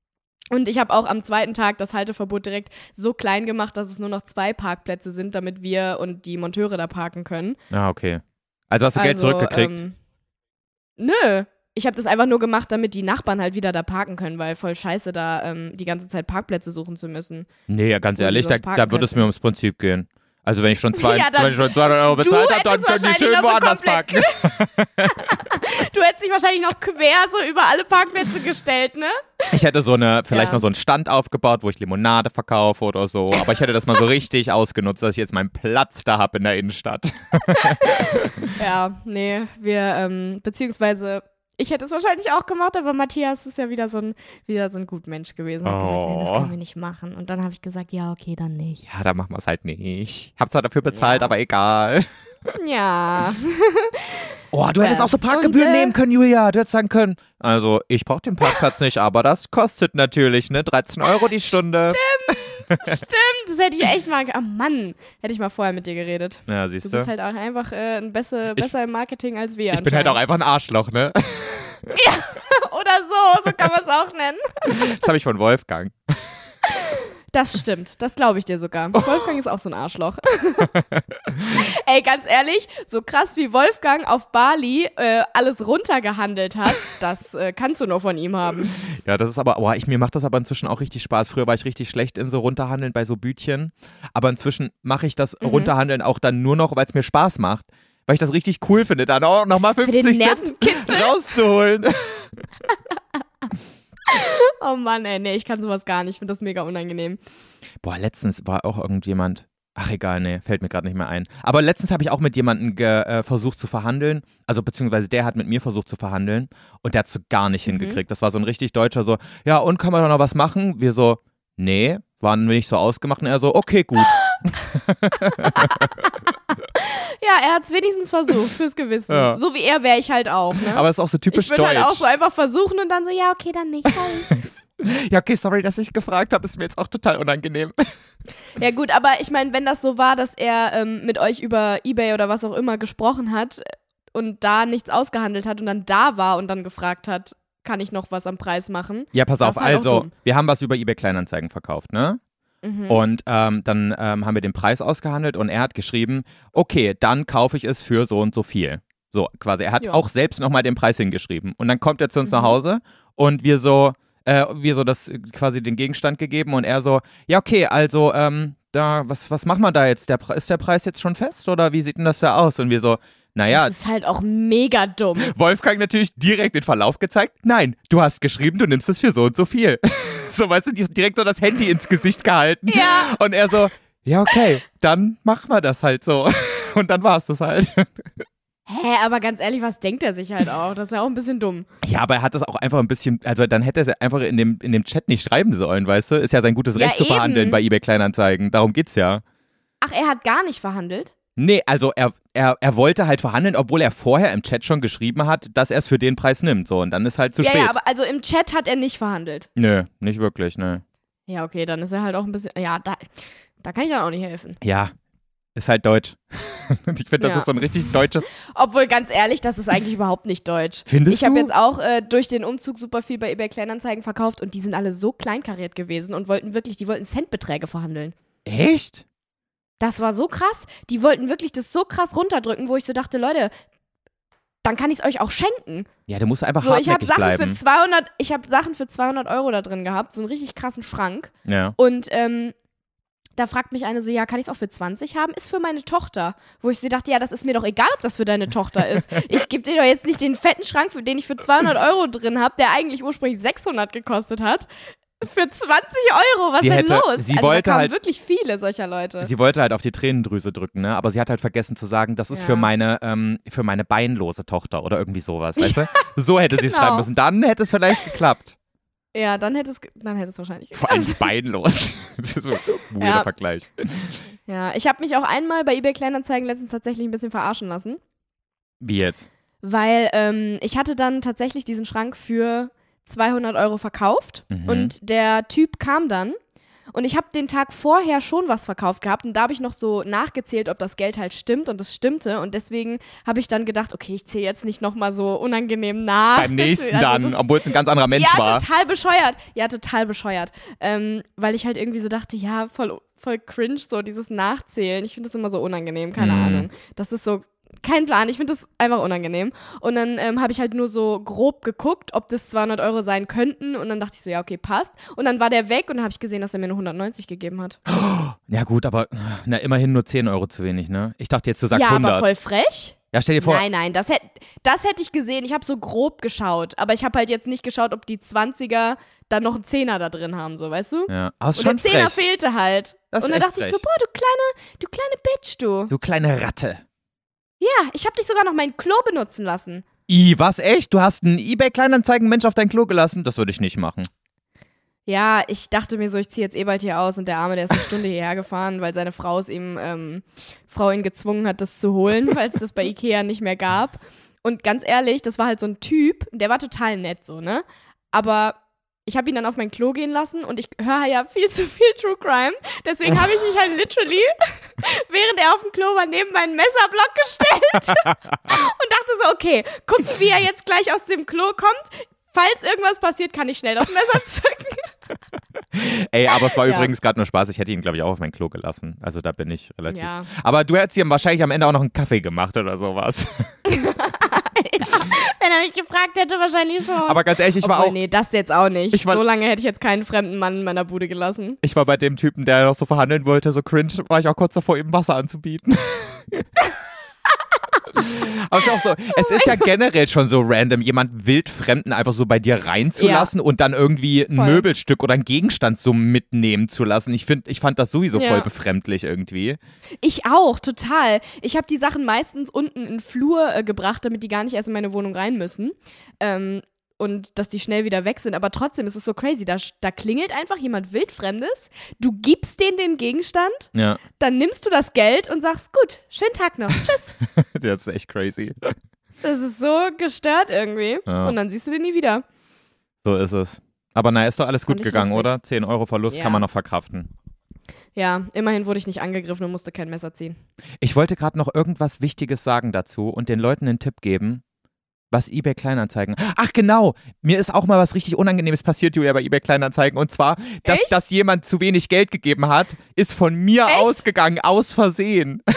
Und ich habe auch am zweiten Tag das Halteverbot direkt so klein gemacht, dass es nur noch zwei Parkplätze sind, damit wir und die Monteure da parken können. Ah, okay. Also hast du Geld Also, zurückgekriegt? Ähm, nö. Ich habe das einfach nur gemacht, damit die Nachbarn halt wieder da parken können, weil voll scheiße, da ähm, die ganze Zeit Parkplätze suchen zu müssen. Nee, ja, ganz wo sie ehrlich, da, sonst parken da würde es mir könnten. ums Prinzip gehen. Also wenn ich schon, zwei, Ja, dann- wenn ich schon zweihundert Euro bezahlt habe, dann hättest können die wahrscheinlich schön noch so woanders komplett parken. Du hättest dich wahrscheinlich noch quer so über alle Parkplätze gestellt, ne? Ich hätte so eine, vielleicht Ja. noch so einen Stand aufgebaut, wo ich Limonade verkaufe oder so. Aber ich hätte das mal so richtig ausgenutzt, dass ich jetzt meinen Platz da habe in der Innenstadt. Ja, nee, wir, ähm, beziehungsweise ich hätte es wahrscheinlich auch gemacht, aber Matthias ist ja wieder so ein, wieder so ein Gutmensch gewesen. Hat gesagt, nee, das Oh. können wir nicht machen. Und dann habe ich gesagt, ja, okay, dann nicht. Ja, dann machen wir es halt nicht. Hab zwar dafür bezahlt, Ja. aber egal. Ja. Oh, du hättest Ja. auch so Parkgebühren Und, äh, nehmen können, Julia. Du hättest sagen können, also ich brauche den Parkplatz nicht, aber das kostet natürlich, ne? dreizehn Euro die Stunde. Stimmt, das hätte ich echt mal, oh Mann, hätte ich mal vorher mit dir geredet. Ja, Du siehst bist du. halt auch einfach äh, ein besser, Ich- besser im Marketing als wir. Ich bin halt auch anscheinend. einfach ein Arschloch, ne? Oder so, so kann man es auch nennen. Das habe ich von Wolfgang. Das stimmt, das glaube ich dir sogar. Wolfgang ist auch so ein Arschloch. Ey, ganz ehrlich, so krass wie Wolfgang auf Bali äh, alles runtergehandelt hat, das äh, kannst du nur von ihm haben. Ja, das ist aber, boah, ich, mir macht das aber inzwischen auch richtig Spaß. Früher war ich richtig schlecht in so Runterhandeln bei so Bütchen. Aber inzwischen mache ich das Mhm. Runterhandeln auch dann nur noch, weil es mir Spaß macht. Weil ich das richtig cool finde, dann auch nochmal den fünfzig Cent Nervenkitzel. rauszuholen. Oh Mann, ey, nee, ich kann sowas gar nicht. Ich finde das mega unangenehm. Boah, letztens war auch irgendjemand, ach egal, nee, fällt mir gerade nicht mehr ein. Aber letztens habe ich auch mit jemandem ge, äh, versucht zu verhandeln, also beziehungsweise der hat mit mir versucht zu verhandeln und der hat es so gar nicht Mhm. hingekriegt. Das war so ein richtig deutscher so, ja und, kann man da noch was machen? Wir so, nee, waren wir nicht so ausgemacht und er so, okay, gut. Ja, er hat es wenigstens versucht, fürs Gewissen. Ja. So wie er wäre ich halt auch, ne? Aber es ist auch so typisch ich würde deutsch. halt auch so einfach versuchen und dann so, ja, okay, dann nicht. Sorry. Ja, okay, sorry, dass ich gefragt habe, ist mir jetzt auch total unangenehm. Ja gut, aber ich meine, wenn das so war, dass er ähm, mit euch über eBay oder was auch immer gesprochen hat und da nichts ausgehandelt hat und dann da war und dann gefragt hat, kann ich noch was am Preis machen? Ja, pass Das auf, ist halt auch also, dumm. wir haben was über eBay Kleinanzeigen verkauft, ne? Mhm. Und ähm, dann ähm, haben wir den Preis ausgehandelt und er hat geschrieben, okay, dann kaufe ich es für so und so viel. So, quasi, er hat Ja. auch selbst nochmal den Preis hingeschrieben. Und dann kommt er zu uns Mhm. nach Hause und wir so, Äh, wir so das äh, quasi den Gegenstand gegeben und er so, ja okay, also ähm, da, was, was machen wir da jetzt? Der, Pre- ist der Preis jetzt schon fest oder wie sieht denn das da aus? Und wir so, naja. Das ist halt auch mega dumm. Wolfgang natürlich direkt den Verlauf gezeigt. Nein, du hast geschrieben, du nimmst es für so und so viel. So, weißt du, die- direkt so das Handy ins Gesicht gehalten. Ja. Und er so, ja okay, dann machen wir das halt so. Und dann war es das halt. Hä, aber ganz ehrlich, was denkt er sich halt auch? Das ist ja auch ein bisschen dumm. Ja, aber er hat das auch einfach ein bisschen, also dann hätte er es einfach in dem, in dem Chat nicht schreiben sollen, weißt du? Ist ja sein gutes Ja, Recht zu eben. verhandeln bei eBay Kleinanzeigen. Darum geht's ja. Ach, er hat gar nicht verhandelt? Nee, also er, er, er wollte halt verhandeln, obwohl er vorher im Chat schon geschrieben hat, dass er es für den Preis nimmt. So, und dann ist halt zu ja, spät. ja, aber also im Chat hat er nicht verhandelt. Nö, nicht wirklich, ne. Ja, okay, dann ist er halt auch ein bisschen, ja, da, da kann ich dann auch nicht helfen. Ja, ist halt deutsch. Und ich finde, das Ja. ist so ein richtig deutsches. Obwohl, ganz ehrlich, das ist eigentlich überhaupt nicht deutsch. Findest Ich habe du? jetzt auch äh, durch den Umzug super viel bei eBay Kleinanzeigen verkauft und die sind alle so kleinkariert gewesen und wollten wirklich, die wollten Centbeträge verhandeln. Echt? Das war so krass. Die wollten wirklich das so krass runterdrücken, wo ich so dachte, Leute, dann kann ich es euch auch schenken. Ja, du musst einfach So, ich habe hartnäckig Sachen bleiben. für zweihundert, ich habe Sachen für zweihundert Euro da drin gehabt, so einen richtig krassen Schrank. Ja. Und ähm, da fragt mich eine so, ja, kann ich es auch für zwanzig haben? Ist für meine Tochter. Wo ich so dachte, ja, das ist mir doch egal, ob das für deine Tochter ist. Ich gebe dir doch jetzt nicht den fetten Schrank, für den ich für zweihundert Euro drin habe, der eigentlich ursprünglich sechshundert gekostet hat. Für zwanzig Euro, was Sie denn hätte- los? sie also wollte da kamen halt- wirklich viele solcher Leute. Sie wollte halt auf die Tränendrüse drücken, ne? Aber sie hat halt vergessen zu sagen, das ist Ja. für meine, ähm, für meine beinlose Tochter oder irgendwie sowas, weißt du? So hätte sie es genau. schreiben müssen. Dann hätte es vielleicht geklappt. Ja, dann hätte es, ge- dann hätte es wahrscheinlich Vor allem geklappt. beinlos. Das ist so ein weirder Ja. Vergleich. Ja, ich habe mich auch einmal bei eBay Kleinanzeigen letztens tatsächlich ein bisschen verarschen lassen, Wie jetzt? weil ähm, ich hatte dann tatsächlich diesen Schrank für zweihundert Euro verkauft Mhm. und der Typ kam dann und ich habe den Tag vorher schon was verkauft gehabt und da habe ich noch so nachgezählt, ob das Geld halt stimmt und es stimmte und deswegen habe ich dann gedacht, okay, ich zähle jetzt nicht nochmal so unangenehm nach. Beim nächsten Also dann, das- obwohl es ein ganz anderer Mensch ja, war. total bescheuert. Ja, total bescheuert. Ähm, weil ich halt irgendwie so dachte, ja, voll, voll cringe, so dieses Nachzählen. Ich finde das immer so unangenehm, keine Mhm. Ahnung. Das ist so kein Plan. Ich finde das einfach unangenehm. Und dann ähm, habe ich halt nur so grob geguckt, ob das zweihundert Euro sein könnten. Und dann dachte ich so, ja, okay, passt. Und dann war der weg und dann habe ich gesehen, dass er mir nur hundertneunzig gegeben hat. Ja gut, aber na, immerhin nur zehn Euro zu wenig, ne? Ich dachte jetzt, du sagst ja, hundert. aber voll frech. Ja, stell dir vor. Nein, nein, das hätte das hätt ich gesehen. Ich habe so grob geschaut. Aber ich habe halt jetzt nicht geschaut, ob die zwanziger dann noch einen Zehner da drin haben, so, weißt du? Ja, aber ist Und schon der Zehner frech. fehlte halt. Das ist und dann echt dachte ich frech. so, boah, du kleine, du kleine Bitch, du. Du kleine Ratte. Ja, ich habe dich sogar noch mein Klo benutzen lassen. I, was echt? Du hast einen eBay-Kleinanzeigen-Mensch auf dein Klo gelassen? Das würde ich nicht machen. Ja, ich dachte mir so, ich ziehe jetzt eh bald hier aus und der Arme, der ist eine Stunde hierher gefahren, weil seine Frau es ihm, ähm, Frau ihn gezwungen hat, das zu holen, weil es das bei Ikea nicht mehr gab. Und ganz ehrlich, das war halt so ein Typ, der war total nett so, ne? Aber ich habe ihn dann auf mein Klo gehen lassen und ich höre ja viel zu viel True Crime. Deswegen habe ich mich halt literally, während er auf dem Klo war, neben meinen Messerblock gestellt und dachte so, okay, gucken, wie er jetzt gleich aus dem Klo kommt. Falls irgendwas passiert, kann ich schnell das Messer zücken. Ey, aber es war Ja. übrigens gerade nur Spaß. Ich hätte ihn, glaube ich, auch auf mein Klo gelassen. Also da bin ich relativ. Ja. Aber du hättest ihm wahrscheinlich am Ende auch noch einen Kaffee gemacht oder sowas. Wenn er mich gefragt hätte, wahrscheinlich schon. Aber ganz ehrlich, ich war Obwohl, auch. nee, das jetzt auch nicht. Ich war- so lange hätte ich jetzt keinen fremden Mann in meiner Bude gelassen. Ich war bei dem Typen, der noch so verhandeln wollte, so cringe, war ich auch kurz davor, ihm Wasser anzubieten. Aber es ist auch so, es ist ja generell schon so random, jemand Wildfremden einfach so bei dir reinzulassen und dann irgendwie ein Voll. Möbelstück oder ein Gegenstand so mitnehmen zu lassen. Ich finde, ich fand das sowieso Ja. voll befremdlich irgendwie. Ich auch, total. Ich habe die Sachen meistens unten in den Flur äh, gebracht, damit die gar nicht erst in meine Wohnung rein müssen. Ähm, und dass die schnell wieder weg sind. Aber trotzdem ist es so crazy. Da, da klingelt einfach jemand Wildfremdes. Du gibst denen den Gegenstand, Ja, dann nimmst du das Geld und sagst, gut, schönen Tag noch. Tschüss. das ist echt crazy. Das ist so gestört irgendwie. Ja. Und dann siehst du den nie wieder. So ist es. Aber naja, ist doch alles gut Fand ich gegangen, lustig. oder? zehn Euro Verlust Ja. kann man noch verkraften. Ja, immerhin wurde ich nicht angegriffen und musste kein Messer ziehen. Ich wollte gerade noch irgendwas Wichtiges sagen dazu und den Leuten einen Tipp geben, was eBay Kleinanzeigen. Ach genau, mir ist auch mal was richtig Unangenehmes passiert, Julia, bei eBay Kleinanzeigen. Und zwar, dass, Echt? dass jemand zu wenig Geld gegeben hat, ist von mir Echt? ausgegangen, aus Versehen.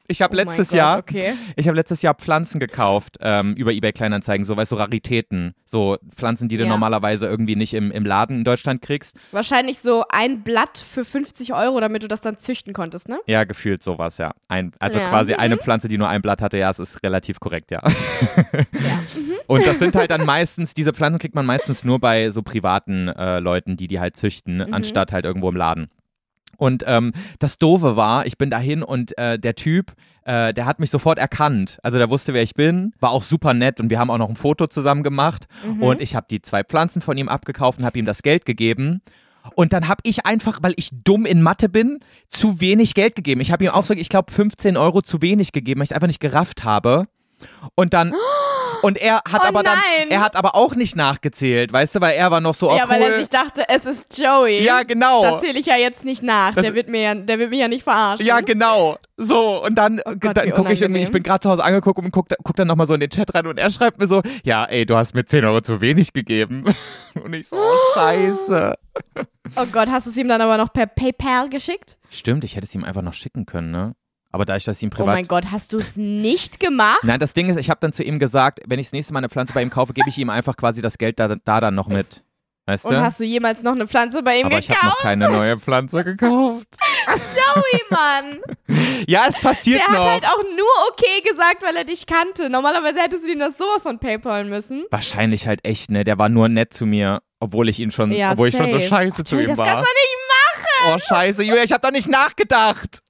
Ich habe Oh letztes mein Gott, Jahr, okay. ich habe letztes Jahr Pflanzen gekauft ähm, über eBay Kleinanzeigen, so weißt du, so Raritäten, so Pflanzen, die du Ja. normalerweise irgendwie nicht im, im Laden in Deutschland kriegst. Wahrscheinlich so ein Blatt für fünfzig Euro, damit du das dann züchten konntest, ne? Ja, gefühlt sowas, ja. Ein, also Ja. quasi Mhm. eine Pflanze, die nur ein Blatt hatte, ja, es ist relativ korrekt, ja. Ja. Mhm. Und das sind halt dann meistens, diese Pflanzen kriegt man meistens nur bei so privaten äh, Leuten, die die halt züchten, Mhm. anstatt halt irgendwo im Laden. Und ähm, das Doofe war, ich bin dahin und äh, der Typ, äh, der hat mich sofort erkannt. Also der wusste, wer ich bin, war auch super nett und wir haben auch noch ein Foto zusammen gemacht. Mhm. Und ich habe die zwei Pflanzen von ihm abgekauft und habe ihm das Geld gegeben. Und dann habe ich einfach, weil ich dumm in Mathe bin, zu wenig Geld gegeben. Ich habe ihm auch so, ich glaube, fünfzehn Euro zu wenig gegeben, weil ich es einfach nicht gerafft habe. Und dann... Und er hat Oh aber dann, nein. er hat aber auch nicht nachgezählt, weißt du, weil er war noch so, oh Ja, cool. weil er sich dachte, es ist Joey. Ja, genau. Da zähle ich ja jetzt nicht nach. Das- Der wird, mir ja, der wird mich ja nicht verarschen. Ja, genau. So, und dann, Oh Gott, dann wie gucke ich irgendwie, unangenehm. ich bin gerade zu Hause angeguckt und guck, guck dann nochmal so in den Chat rein und er schreibt mir so, ja, ey, du hast mir zehn Euro zu wenig gegeben. Und ich so, oh, scheiße. Oh Gott, hast du es ihm dann aber noch per PayPal geschickt? Stimmt, ich hätte es ihm einfach noch schicken können, ne? Aber da ich das ihm Oh privat... mein Gott, hast du es nicht gemacht? Nein, das Ding ist, ich habe dann zu ihm gesagt, wenn ich das nächste Mal eine Pflanze bei ihm kaufe, gebe ich ihm einfach quasi das Geld da, da dann noch mit. Weißt Und du? hast du jemals noch eine Pflanze bei ihm Aber ich habe gekauft? noch keine neue Pflanze gekauft. Joey, Mann. Ja, es passiert Der noch. hat halt auch nur okay gesagt, weil er dich kannte. Normalerweise hättest du ihm das sowas von PayPalen müssen. Wahrscheinlich halt echt, ne? Der war nur nett zu mir, obwohl ich ihn schon, Ja, obwohl ich schon so safe. scheiße Oh, zu Joey, ihm das war. kannst du nicht machen. Oh, scheiße, Julia, ich habe doch nicht nachgedacht.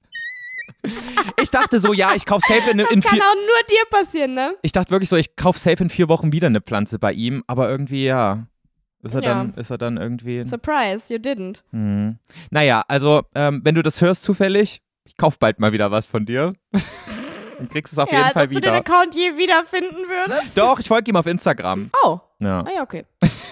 Ich dachte so, ja, ich kauf safe in, in Kann vier... auch nur dir passieren, ne? Ich dachte wirklich so, ich kauf safe in vier Wochen wieder eine Pflanze bei ihm, aber irgendwie, ja, ist er, Ja. dann, ist er dann irgendwie... Surprise, you didn't. Hm. Naja, also, ähm, wenn du das hörst zufällig, ich kauf bald mal wieder was von dir. Dann kriegst du es auf Ja, jeden als Fall ob du den wieder. Account je wiederfinden würdest. Doch, ich folge ihm auf Instagram. Oh, Ja. ah ja, okay.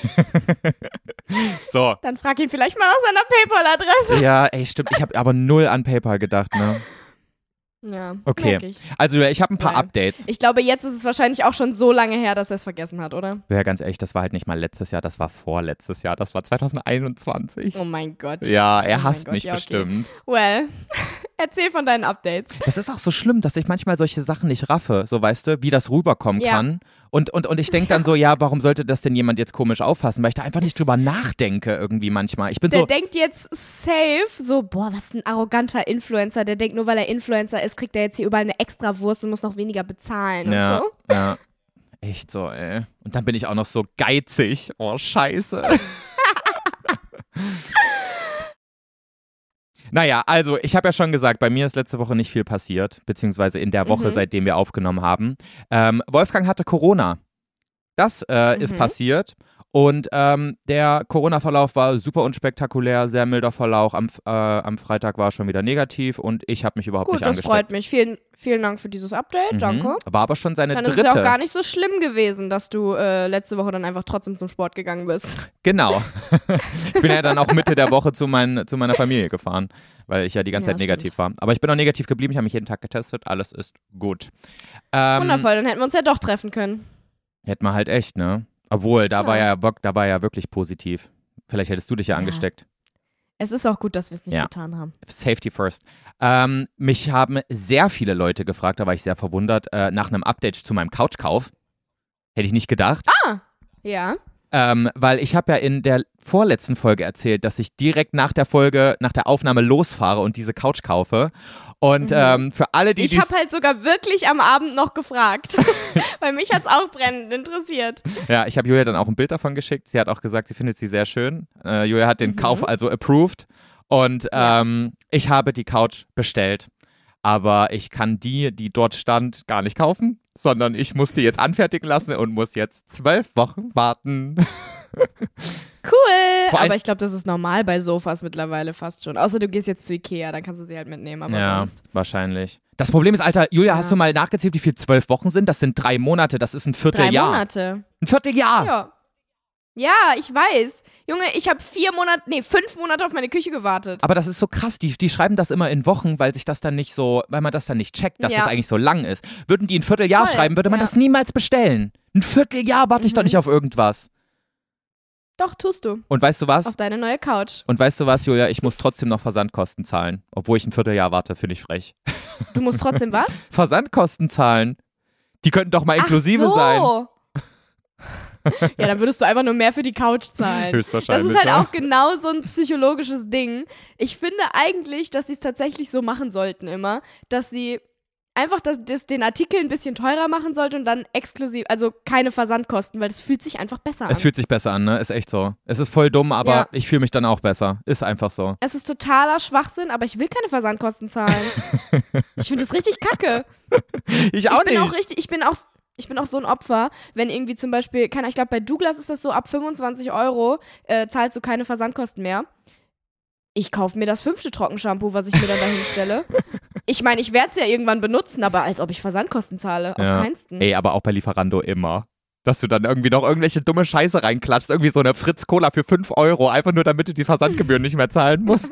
So. Dann frag ihn vielleicht mal nach seiner PayPal-Adresse. Ja, ey, stimmt. Ich habe aber null an PayPal gedacht, ne? Ja, Okay. merk ich. Also, ich habe ein paar Nein. Updates. Ich glaube, jetzt ist es wahrscheinlich auch schon so lange her, dass er es vergessen hat, oder? Ja, ganz ehrlich, das war halt nicht mal letztes Jahr, das war vorletztes Jahr, das war zwanzig einundzwanzig. Oh mein Gott. Ja, er Oh mein hasst Gott, mich ja, okay. bestimmt. Well, erzähl von deinen Updates. Das ist auch so schlimm, dass ich manchmal solche Sachen nicht raffe, so weißt du, wie das rüberkommen Ja. kann. Und, und, und ich denke dann so, ja, warum sollte das denn jemand jetzt komisch auffassen? Weil ich da einfach nicht drüber nachdenke irgendwie manchmal. Ich bin Der so, denkt jetzt safe so, boah, was ein arroganter Influencer. Der denkt, nur weil er Influencer ist, kriegt er jetzt hier überall eine Extrawurst und muss noch weniger bezahlen ja, und so. ja, echt so, ey. Und dann bin ich auch noch so geizig. Oh, scheiße. Naja, also ich habe ja schon gesagt, bei mir ist letzte Woche nicht viel passiert, beziehungsweise in der Woche, Mhm. seitdem wir aufgenommen haben. Ähm, Wolfgang hatte Corona. Das äh, Mhm. ist passiert. Und ähm, der Corona-Verlauf war super unspektakulär, sehr milder Verlauf. Am, äh, am Freitag war er schon wieder negativ und ich habe mich überhaupt Gut, nicht das angesteckt. freut mich. Vielen, vielen Dank für dieses Update. Mhm. Danke. War aber schon seine Dann ist dritte. es ja auch gar nicht so schlimm gewesen, dass du äh, letzte Woche dann einfach trotzdem zum Sport gegangen bist. Genau. Ich bin ja dann auch Mitte der Woche zu, mein, zu meiner Familie gefahren, weil ich ja die ganze Ja, Zeit negativ war. Aber ich bin auch negativ geblieben, ich habe mich jeden Tag getestet, alles ist gut. Ähm, Wundervoll, dann hätten wir uns ja doch treffen können. Hätte man halt echt, ne? Obwohl, da, Ja. War ja, da war ja wirklich positiv. Vielleicht hättest du dich ja, Ja. angesteckt. Es ist auch gut, dass wir es nicht Ja. getan haben. Safety first. Ähm, mich haben sehr viele Leute gefragt, da war ich sehr verwundert, äh, nach einem Update zu meinem Couchkauf. Hätte ich nicht gedacht. Ja. Ähm, weil ich habe ja in der vorletzten Folge erzählt, dass ich direkt nach der Folge, nach der Aufnahme losfahre und diese Couch kaufe. Und Mhm. ähm, für alle, die Ich dies, habe halt sogar wirklich am Abend noch gefragt, weil mich hat's auch brennend interessiert. ja, ich habe Julia dann auch ein Bild davon geschickt. Sie hat auch gesagt, sie findet sie sehr schön. Äh, Julia hat den Mhm. Kauf also approved und Ja. ähm, ich habe die Couch bestellt. Aber ich kann die, die dort stand, gar nicht kaufen, sondern ich muss die jetzt anfertigen lassen und muss jetzt zwölf Wochen warten. Cool. Vor allem- Aber ich glaube, das ist normal bei Sofas mittlerweile fast schon. Außer du gehst jetzt zu Ikea, dann kannst du sie halt mitnehmen. Aber Ja, sonst. wahrscheinlich. Das Problem ist, Alter, Julia, Ja. hast du mal nachgezählt, wie viel zwölf Wochen sind? Das sind drei Monate, das ist ein Drei Vierteljahr. Monate. Ein Vierteljahr! Ja. Ja, ich weiß. Junge, ich habe vier Monate, nee, fünf Monate auf meine Küche gewartet. Aber das ist so krass, die, die schreiben das immer in Wochen, weil sich das dann nicht so, weil man das dann nicht checkt, dass Ja. das eigentlich so lang ist. Würden die ein Vierteljahr Voll, schreiben, würde man ja. das niemals bestellen. Ein Vierteljahr warte ich doch Mhm. nicht auf irgendwas. Doch, tust du. Und weißt du was? Auf deine neue Couch. Und weißt du was, Julia? Ich muss trotzdem noch Versandkosten zahlen. Obwohl ich ein Vierteljahr warte, finde ich frech. Du musst trotzdem was? Versandkosten zahlen. Die könnten doch mal inklusive Ach so. sein. Ja, dann würdest du einfach nur mehr für die Couch zahlen. Höchstwahrscheinlich. Das ist halt ja. auch genau so ein psychologisches Ding. Ich finde eigentlich, dass sie es tatsächlich so machen sollten immer, dass sie einfach das, das, den Artikel ein bisschen teurer machen sollten und dann exklusiv, also keine Versandkosten, weil das fühlt sich einfach besser an. Es fühlt sich besser an, ne? Ist echt so. Es ist voll dumm, aber Ja. ich fühle mich dann auch besser. Ist einfach so. Es ist totaler Schwachsinn, aber ich will keine Versandkosten zahlen. Ich finde das richtig kacke. Ich auch ich bin nicht. auch richtig, ich bin auch, ich bin auch so ein Opfer, wenn irgendwie zum Beispiel, keine, ich glaube bei Douglas ist das so, ab fünfundzwanzig Euro äh, zahlst du keine Versandkosten mehr. Ich kaufe mir das fünfte Trockenshampoo, was ich mir dann dahin stelle. Ich meine, ich werde es ja irgendwann benutzen, aber als ob ich Versandkosten zahle. Auf Ja. keinsten. Ey, aber auch bei Lieferando immer. Dass du dann irgendwie noch irgendwelche dumme Scheiße reinklatschst. Irgendwie so eine Fritz-Cola für fünf Euro. Einfach nur, damit du die Versandgebühren nicht mehr zahlen musst.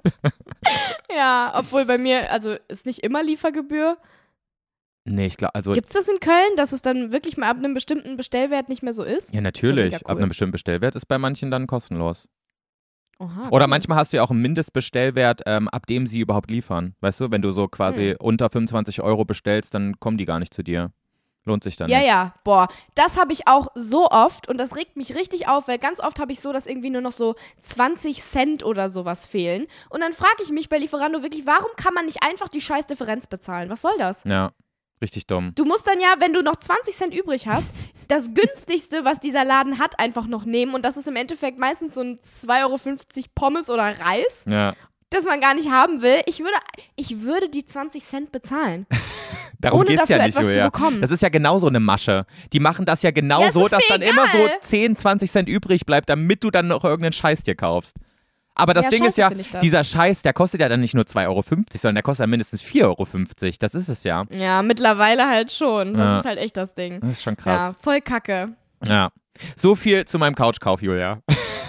Ja, obwohl bei mir, also ist nicht immer Liefergebühr. Nee, ich glaube, also. Gibt es das in Köln, dass es dann wirklich mal ab einem bestimmten Bestellwert nicht mehr so ist? Ja, natürlich. mega cool. Ab einem bestimmten Bestellwert ist bei manchen dann kostenlos. Oha, Oder cool. manchmal hast du ja auch einen Mindestbestellwert, ähm, ab dem sie überhaupt liefern. Weißt du, wenn du so quasi Hm. unter fünfundzwanzig Euro bestellst, dann kommen die gar nicht zu dir. Lohnt sich dann Ja, nicht. ja, boah, das habe ich auch so oft und das regt mich richtig auf, weil ganz oft habe ich so, dass irgendwie nur noch so zwanzig Cent oder sowas fehlen. Und dann frage ich mich bei Lieferando wirklich, warum kann man nicht einfach die scheiß Differenz bezahlen? Was soll das? Ja, richtig dumm. Du musst dann ja, wenn du noch zwanzig Cent übrig hast, das günstigste, was dieser Laden hat, einfach noch nehmen. Und das ist im Endeffekt meistens so ein zwei Euro fünfzig Pommes oder Reis, Ja. das man gar nicht haben will. Ich würde, ich würde die zwanzig Cent bezahlen. Darum Ohne geht's dafür ja nicht, etwas zu Julia. bekommen. Das ist ja genau so eine Masche. Die machen das ja genau Ja, es so, ist dass mir dann immer so egal. zehn, zwanzig Cent übrig bleibt, damit du dann noch irgendeinen Scheiß dir kaufst. Aber das Ja, Ding ist scheiße ja, finde ich das. dieser Scheiß, der kostet ja dann nicht nur zwei Euro fünfzig, sondern der kostet ja mindestens vier Euro fünfzig. Das ist es ja. Ja, mittlerweile halt schon. Das Ja. ist halt echt das Ding. Das ist schon Ja, krass. voll kacke. Ja. So viel zu meinem Couchkauf, Julia.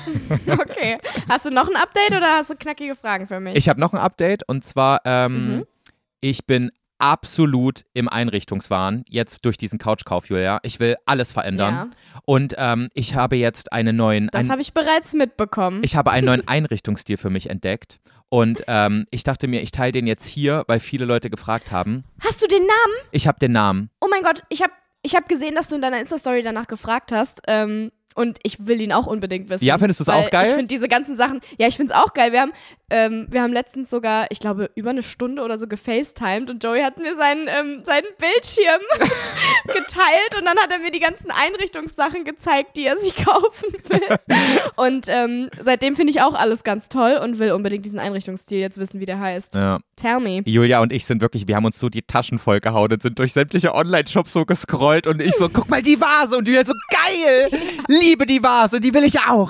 Okay. Hast du noch ein Update oder hast du knackige Fragen für mich? Ich habe noch ein Update und zwar, ähm, Mhm. ich bin absolut im Einrichtungswahn jetzt durch diesen Couchkauf, Julia. Ich will alles verändern. Ja. Und ähm, ich habe jetzt einen neuen, Das ein, habe ich bereits mitbekommen. ich habe einen neuen Einrichtungsstil für mich entdeckt. Und ähm, ich dachte mir, ich teile den jetzt hier, weil viele Leute gefragt haben. Hast du den Namen? Ich habe den Namen. Oh mein Gott, ich habe ich hab gesehen, dass du in deiner Insta-Story danach gefragt hast. Ähm, und ich will ihn auch unbedingt wissen. Ja, findest du es weil auch geil? Ich finde diese ganzen Sachen, ja, ich finde es auch geil. Wir haben, ähm, wir haben letztens sogar, ich glaube, über eine Stunde oder so gefacetimed und Joey hat mir seinen, ähm, seinen Bildschirm geteilt und dann hat er mir die ganzen Einrichtungssachen gezeigt, die er sich kaufen will. Und ähm, seitdem finde ich auch alles ganz toll und will unbedingt diesen Einrichtungsstil jetzt wissen, wie der heißt. Ja. Tell me. Julia und ich sind wirklich, wir haben uns so die Taschen vollgehauen und sind durch sämtliche Online-Shops so gescrollt und ich so, guck mal die Vase und Julia so, geil, liebe die Vase, die will ich auch.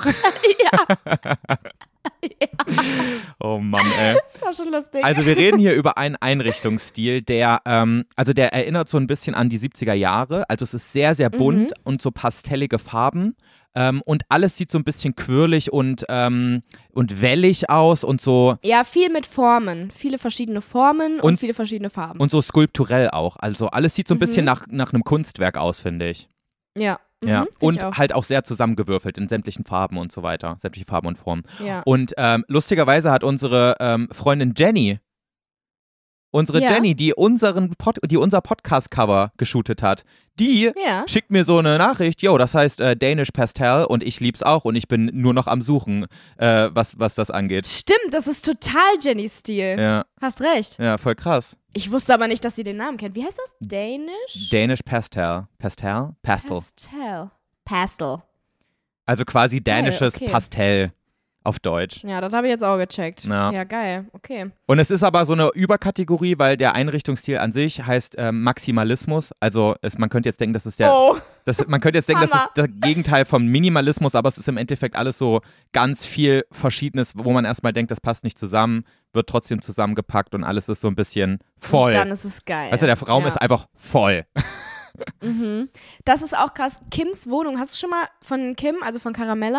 Oh Mann, ey. Das war schon lustig. Also wir reden hier über einen Einrichtungsstil, der, ähm, also der erinnert so ein bisschen an die siebziger Jahre. Also es ist sehr, sehr bunt Mhm. und so pastellige Farben. Ähm, und alles sieht so ein bisschen quirlig und, ähm, und wellig aus und so, Ja, viel mit Formen. Viele verschiedene Formen und, Und- viele verschiedene Farben. und so skulpturell auch. Also alles sieht so ein bisschen Mhm. nach, nach einem Kunstwerk aus, finde ich. ja. Mhm, Ja. find Und ich auch. halt auch sehr zusammengewürfelt in sämtlichen Farben und so weiter. Sämtliche Farben und Formen. Ja. Und ähm, lustigerweise hat unsere ähm, Freundin Jenny, unsere Ja. Jenny, die, unseren Pod, die unser Podcast-Cover geshootet hat, die ja. schickt mir so eine Nachricht, yo, das heißt äh, Danish Pastel und ich lieb's auch und ich bin nur noch am Suchen, äh, was, was das angeht. Stimmt, das ist total Jennys Stil. Ja, Hast recht. ja, voll krass. Ich wusste aber nicht, dass sie den Namen kennt. Wie heißt das? Danish? Danish Pastel. Pastel? Pastel. Pastel. Pastel. Also quasi dänisches okay. Pastell auf Deutsch. Ja, das habe ich jetzt auch gecheckt. Ja. Ja, geil. Okay. Und es ist aber so eine Überkategorie, weil der Einrichtungsstil an sich heißt ähm, Maximalismus. Also es, man könnte jetzt denken, das ist der, Oh. das, man könnte jetzt denken, das ist Hammer. das Gegenteil vom Minimalismus, aber es ist im Endeffekt alles so ganz viel Verschiedenes, wo man erstmal denkt, das passt nicht zusammen, wird trotzdem zusammengepackt und alles ist so ein bisschen voll. Und dann ist es geil. Weißt du, der Raum ja. ist einfach voll. Mhm. Das ist auch krass. Kims Wohnung. Hast du schon mal von Kim, also von Caramella?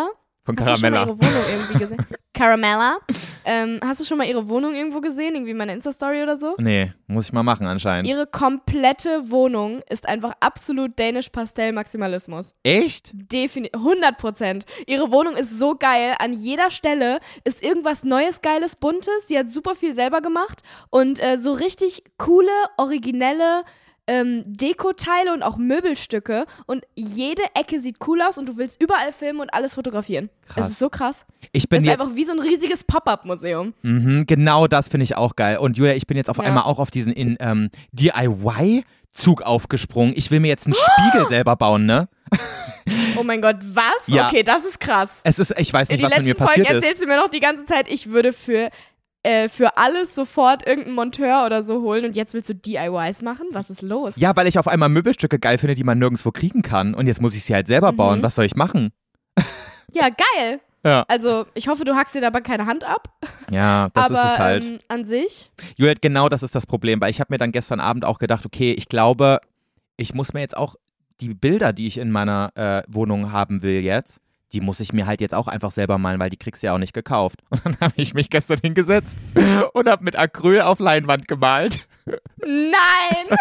Von Hast du schon mal Caramella. ihre Wohnung irgendwie gesehen? Caramella. Ähm, hast du schon mal ihre Wohnung irgendwo gesehen? Irgendwie in meiner Insta-Story oder so? Nee, muss ich mal machen anscheinend. Ihre komplette Wohnung ist einfach absolut dänisch Pastell-Maximalismus. Echt? Definitiv, hundert Prozent. Ihre Wohnung ist so geil. An jeder Stelle ist irgendwas Neues, Geiles, Buntes. Sie hat super viel selber gemacht und äh, so richtig coole, originelle ähm, Dekoteile und auch Möbelstücke. Und jede Ecke sieht cool aus und du willst überall filmen und alles fotografieren. Krass. Es ist so krass. Ich bin Es ist jetzt, einfach wie so ein riesiges Pop-Up-Museum. mhm, genau das finde ich auch geil. Und Julia, ich bin jetzt auf Ja. einmal auch auf diesen in, ähm, D I Y-Zug aufgesprungen. Ich will mir jetzt einen Spiegel selber bauen, ne? Oh mein Gott, was? Ja. Okay, das ist krass. Es ist, ich weiß In nicht, die was mit mir letzten Folgen passiert ist. erzählst du mir noch die ganze Zeit, ich würde für, äh, für alles sofort irgendeinen Monteur oder so holen und jetzt willst du D I Ys machen? Was ist los? Ja, weil ich auf einmal Möbelstücke geil finde, die man nirgendwo kriegen kann. Und jetzt muss ich sie halt selber Mhm. bauen. Was soll ich machen? Ja, geil. Ja. Also, ich hoffe, du hackst dir dabei keine Hand ab. Ja, das aber ist es halt. ähm, an sich, Julia, genau das ist das Problem, weil ich habe mir dann gestern Abend auch gedacht, okay, ich glaube, ich muss mir jetzt auch die Bilder, die ich in meiner äh, Wohnung haben will jetzt, die muss ich mir halt jetzt auch einfach selber malen, weil die kriegst du ja auch nicht gekauft. Und dann habe ich mich gestern hingesetzt und habe mit Acryl auf Leinwand gemalt. nein!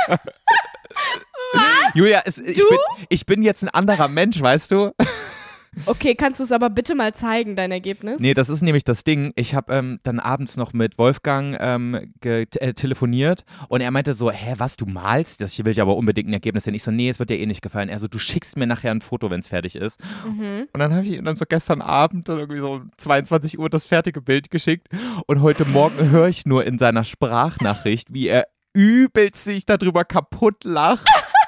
Julia, es, ich, bin, ich bin jetzt ein anderer Mensch, weißt du? Okay, kannst du es aber bitte mal zeigen, dein Ergebnis? Nee, das ist nämlich das Ding. Ich habe ähm, dann abends noch mit Wolfgang ähm, ge- äh, telefoniert und er meinte so, hä, was, du malst? Das will ich aber unbedingt ein Ergebnis sehen. Ich so, nee, es wird dir eh nicht gefallen. Er so, du schickst mir nachher ein Foto, wenn es fertig ist. Mhm. Und dann habe ich ihm dann so gestern Abend dann irgendwie so um zweiundzwanzig Uhr das fertige Bild geschickt und heute Morgen höre ich nur in seiner Sprachnachricht, wie er übelst sich darüber kaputt lacht.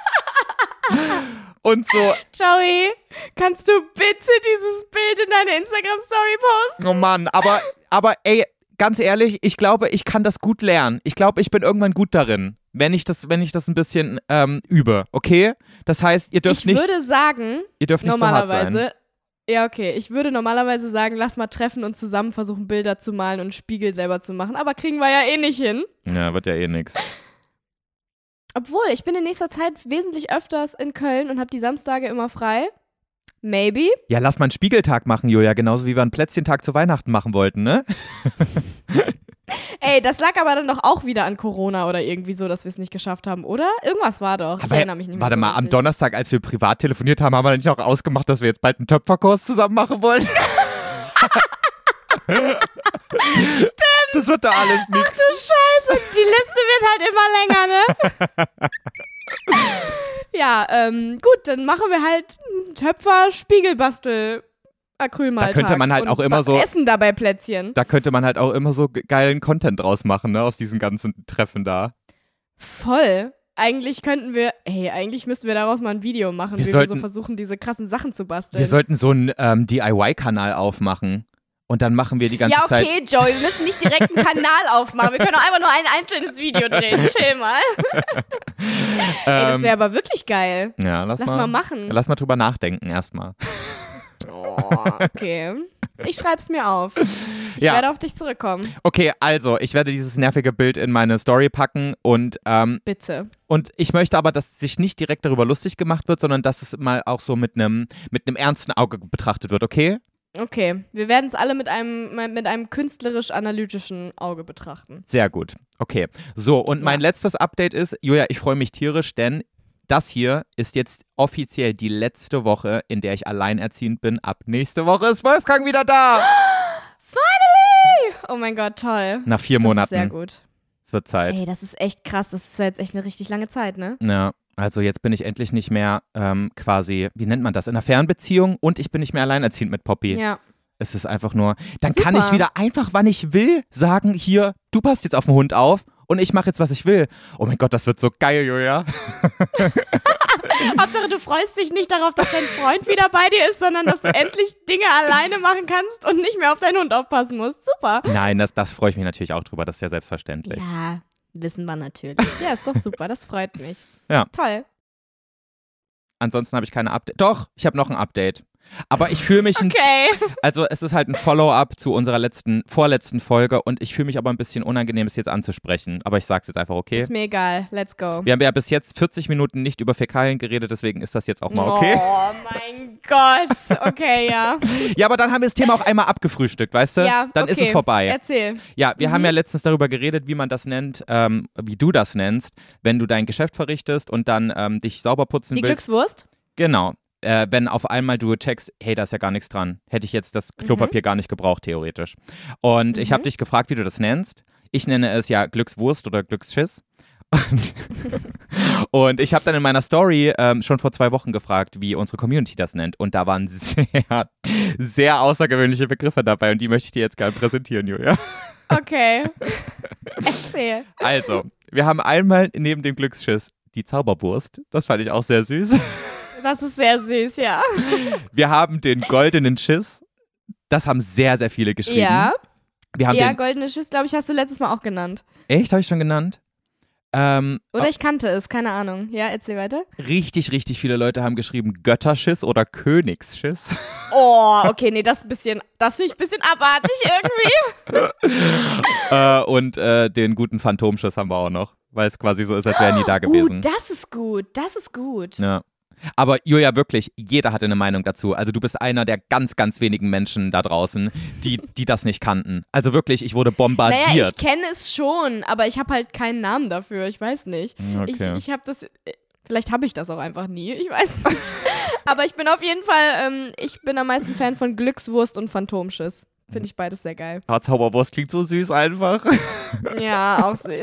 Und so, Joey, kannst du bitte dieses Bild in deine Instagram-Story posten? oh Mann, aber, aber ey, ganz ehrlich, ich glaube, ich kann das gut lernen. Ich glaube, ich bin irgendwann gut darin, wenn ich das, wenn ich das ein bisschen ähm, übe, okay? Das heißt, ihr dürft Ich nicht, würde sagen, ihr dürft nicht so hart sein. normalerweise, ja okay, ich würde normalerweise sagen, lass mal treffen und zusammen versuchen, Bilder zu malen und einen Spiegel selber zu machen, aber kriegen wir ja eh nicht hin. Ja, wird ja eh nix. Obwohl, ich bin in nächster Zeit wesentlich öfters in Köln und habe die Samstage immer frei. Maybe. Ja, lass mal einen Spiegeltag machen, Julia, genauso wie wir einen Plätzchentag zu Weihnachten machen wollten, ne? Ey, das lag aber dann doch auch wieder an Corona oder irgendwie so, dass wir es nicht geschafft haben, oder? Irgendwas war doch. Ich Aber erinnere mich nicht mehr. warte so mal, am richtig. Donnerstag, als wir privat telefoniert haben, haben wir nicht auch ausgemacht, dass wir jetzt bald einen Töpferkurs zusammen machen wollen? Stimmt. Das wird da alles nix. Ach du Scheiße, die Liste wird halt immer länger, ne? Ja, ähm, gut, dann machen wir halt einen Töpfer, Spiegelbastel, Acrylmaltag. Da könnte man halt und auch immer ba- so- Essen dabei Plätzchen. Da könnte man halt auch immer so ge- geilen Content draus machen, ne, aus diesen ganzen Treffen da. Voll. Eigentlich könnten wir, hey, eigentlich müssten wir daraus mal ein Video machen, Wir wie sollten- wir so versuchen, diese krassen Sachen zu basteln. Wir sollten so einen ähm, D I Y-Kanal aufmachen. Und dann machen wir die ganze ja, Zeit. okay, Joey, wir müssen nicht direkt einen Kanal aufmachen. Wir können auch einfach nur ein einzelnes Video drehen. Chill mal. Ey, das Ähm, wäre aber wirklich geil. ja, lass, Lass mal, mal machen. Lass mal drüber nachdenken erstmal. Oh, okay. Ich schreib's mir auf. Ich Ja. werde auf dich zurückkommen. Okay, also, ich werde dieses nervige Bild in meine Story packen und, ähm, Bitte. und ich möchte aber, dass sich nicht direkt darüber lustig gemacht wird, sondern dass es mal auch so mit einem mit einem ernsten Auge betrachtet wird, okay? Okay, wir werden es alle mit einem, mit einem künstlerisch-analytischen Auge betrachten. Sehr gut. Okay. So, und mein Ja. letztes Update ist, Julia, ich freue mich tierisch, denn das hier ist jetzt offiziell die letzte Woche, in der ich alleinerziehend bin. Ab nächste Woche ist Wolfgang wieder da. Finally! Oh mein Gott, toll. Nach vier Das Monaten. ist sehr gut. Es wird Zeit. Ey, das ist echt krass. Das ist ja jetzt echt eine richtig lange Zeit, ne? Ja, also jetzt bin ich endlich nicht mehr ähm, quasi, wie nennt man das, in einer Fernbeziehung und ich bin nicht mehr alleinerziehend mit Poppy. Ja. Es ist einfach nur, dann Super. kann ich wieder einfach, wann ich will, sagen, hier, du passt jetzt auf den Hund auf und ich mache jetzt, was ich will. Oh mein Gott, das wird so geil, Julia. Hauptsache, du freust dich nicht darauf, dass dein Freund wieder bei dir ist, sondern dass du endlich Dinge alleine machen kannst und nicht mehr auf deinen Hund aufpassen musst. Super. Nein, das, das freue ich mich natürlich auch drüber, das ist ja selbstverständlich. Ja, wissen wir natürlich. Ja, ist doch super. Das freut mich. Ja. Toll. Ansonsten habe ich keine Update. Doch, ich habe noch ein Update. Aber ich fühle mich, ein, Okay. also es ist halt ein Follow-up zu unserer letzten, vorletzten Folge und ich fühle mich aber ein bisschen unangenehm, es jetzt anzusprechen. Aber ich sag's jetzt einfach, okay? Ist mir egal. Let's go. Wir haben ja bis jetzt vierzig Minuten nicht über Fäkalien geredet, deswegen ist das jetzt auch mal okay. Oh mein Gott. Okay, ja. Ja, aber dann haben wir das Thema auch einmal abgefrühstückt, weißt du? Ja, Dann okay. ist es vorbei. Erzähl. Ja, wir Mhm. haben ja letztens darüber geredet, wie man das nennt, ähm, wie du das nennst, wenn du dein Geschäft verrichtest und dann ähm, dich sauber putzen Die willst. Glückswurst? Genau. Äh, wenn auf einmal du checkst, hey, da ist ja gar nichts dran. Hätte ich jetzt das Klopapier Mhm. gar nicht gebraucht, theoretisch. Und ich habe Mhm. dich gefragt, wie du das nennst. Ich nenne es ja Glückswurst oder Glücksschiss. Und, und ich habe dann in meiner Story ähm, schon vor zwei Wochen gefragt, wie unsere Community das nennt. Und da waren sehr, sehr außergewöhnliche Begriffe dabei. Und die möchte ich dir jetzt gerne präsentieren, Julia. Okay. Erzähl. Also, wir haben einmal neben dem Glücksschiss die Zauberwurst. Das fand ich auch sehr süß. Das ist sehr süß, ja. Wir haben den goldenen Schiss. Das haben sehr, sehr viele geschrieben. Ja. Wir haben Ja, den, goldene Schiss, glaube ich, hast du letztes Mal auch genannt. echt, habe ich schon genannt? Ähm, Oder ich kannte es, keine Ahnung. Ja, erzähl weiter. richtig, richtig viele Leute haben geschrieben Götterschiss oder Königsschiss. Oh, okay, nee, das ist ein bisschen, das finde ich ein bisschen abartig irgendwie. äh, und äh, den guten Phantomschiss haben wir auch noch, weil es quasi so ist, als wäre er nie da gewesen. Uh, das ist gut, das ist gut. Ja. Aber Julia, wirklich, jeder hatte eine Meinung dazu. Also du bist einer der ganz, ganz wenigen Menschen da draußen, die, die das nicht kannten. Also wirklich, ich wurde bombardiert. Naja, ich kenne es schon, aber ich habe halt keinen Namen dafür, ich weiß nicht. Okay. Ich, ich habe das, vielleicht habe ich das auch einfach nie, ich weiß nicht. Aber ich bin auf jeden Fall, ähm, ich bin am meisten Fan von Glückswurst und Phantomschiss. Finde ich beides sehr geil. Ah, Zauberwurst klingt so süß einfach. Ja, auch süß.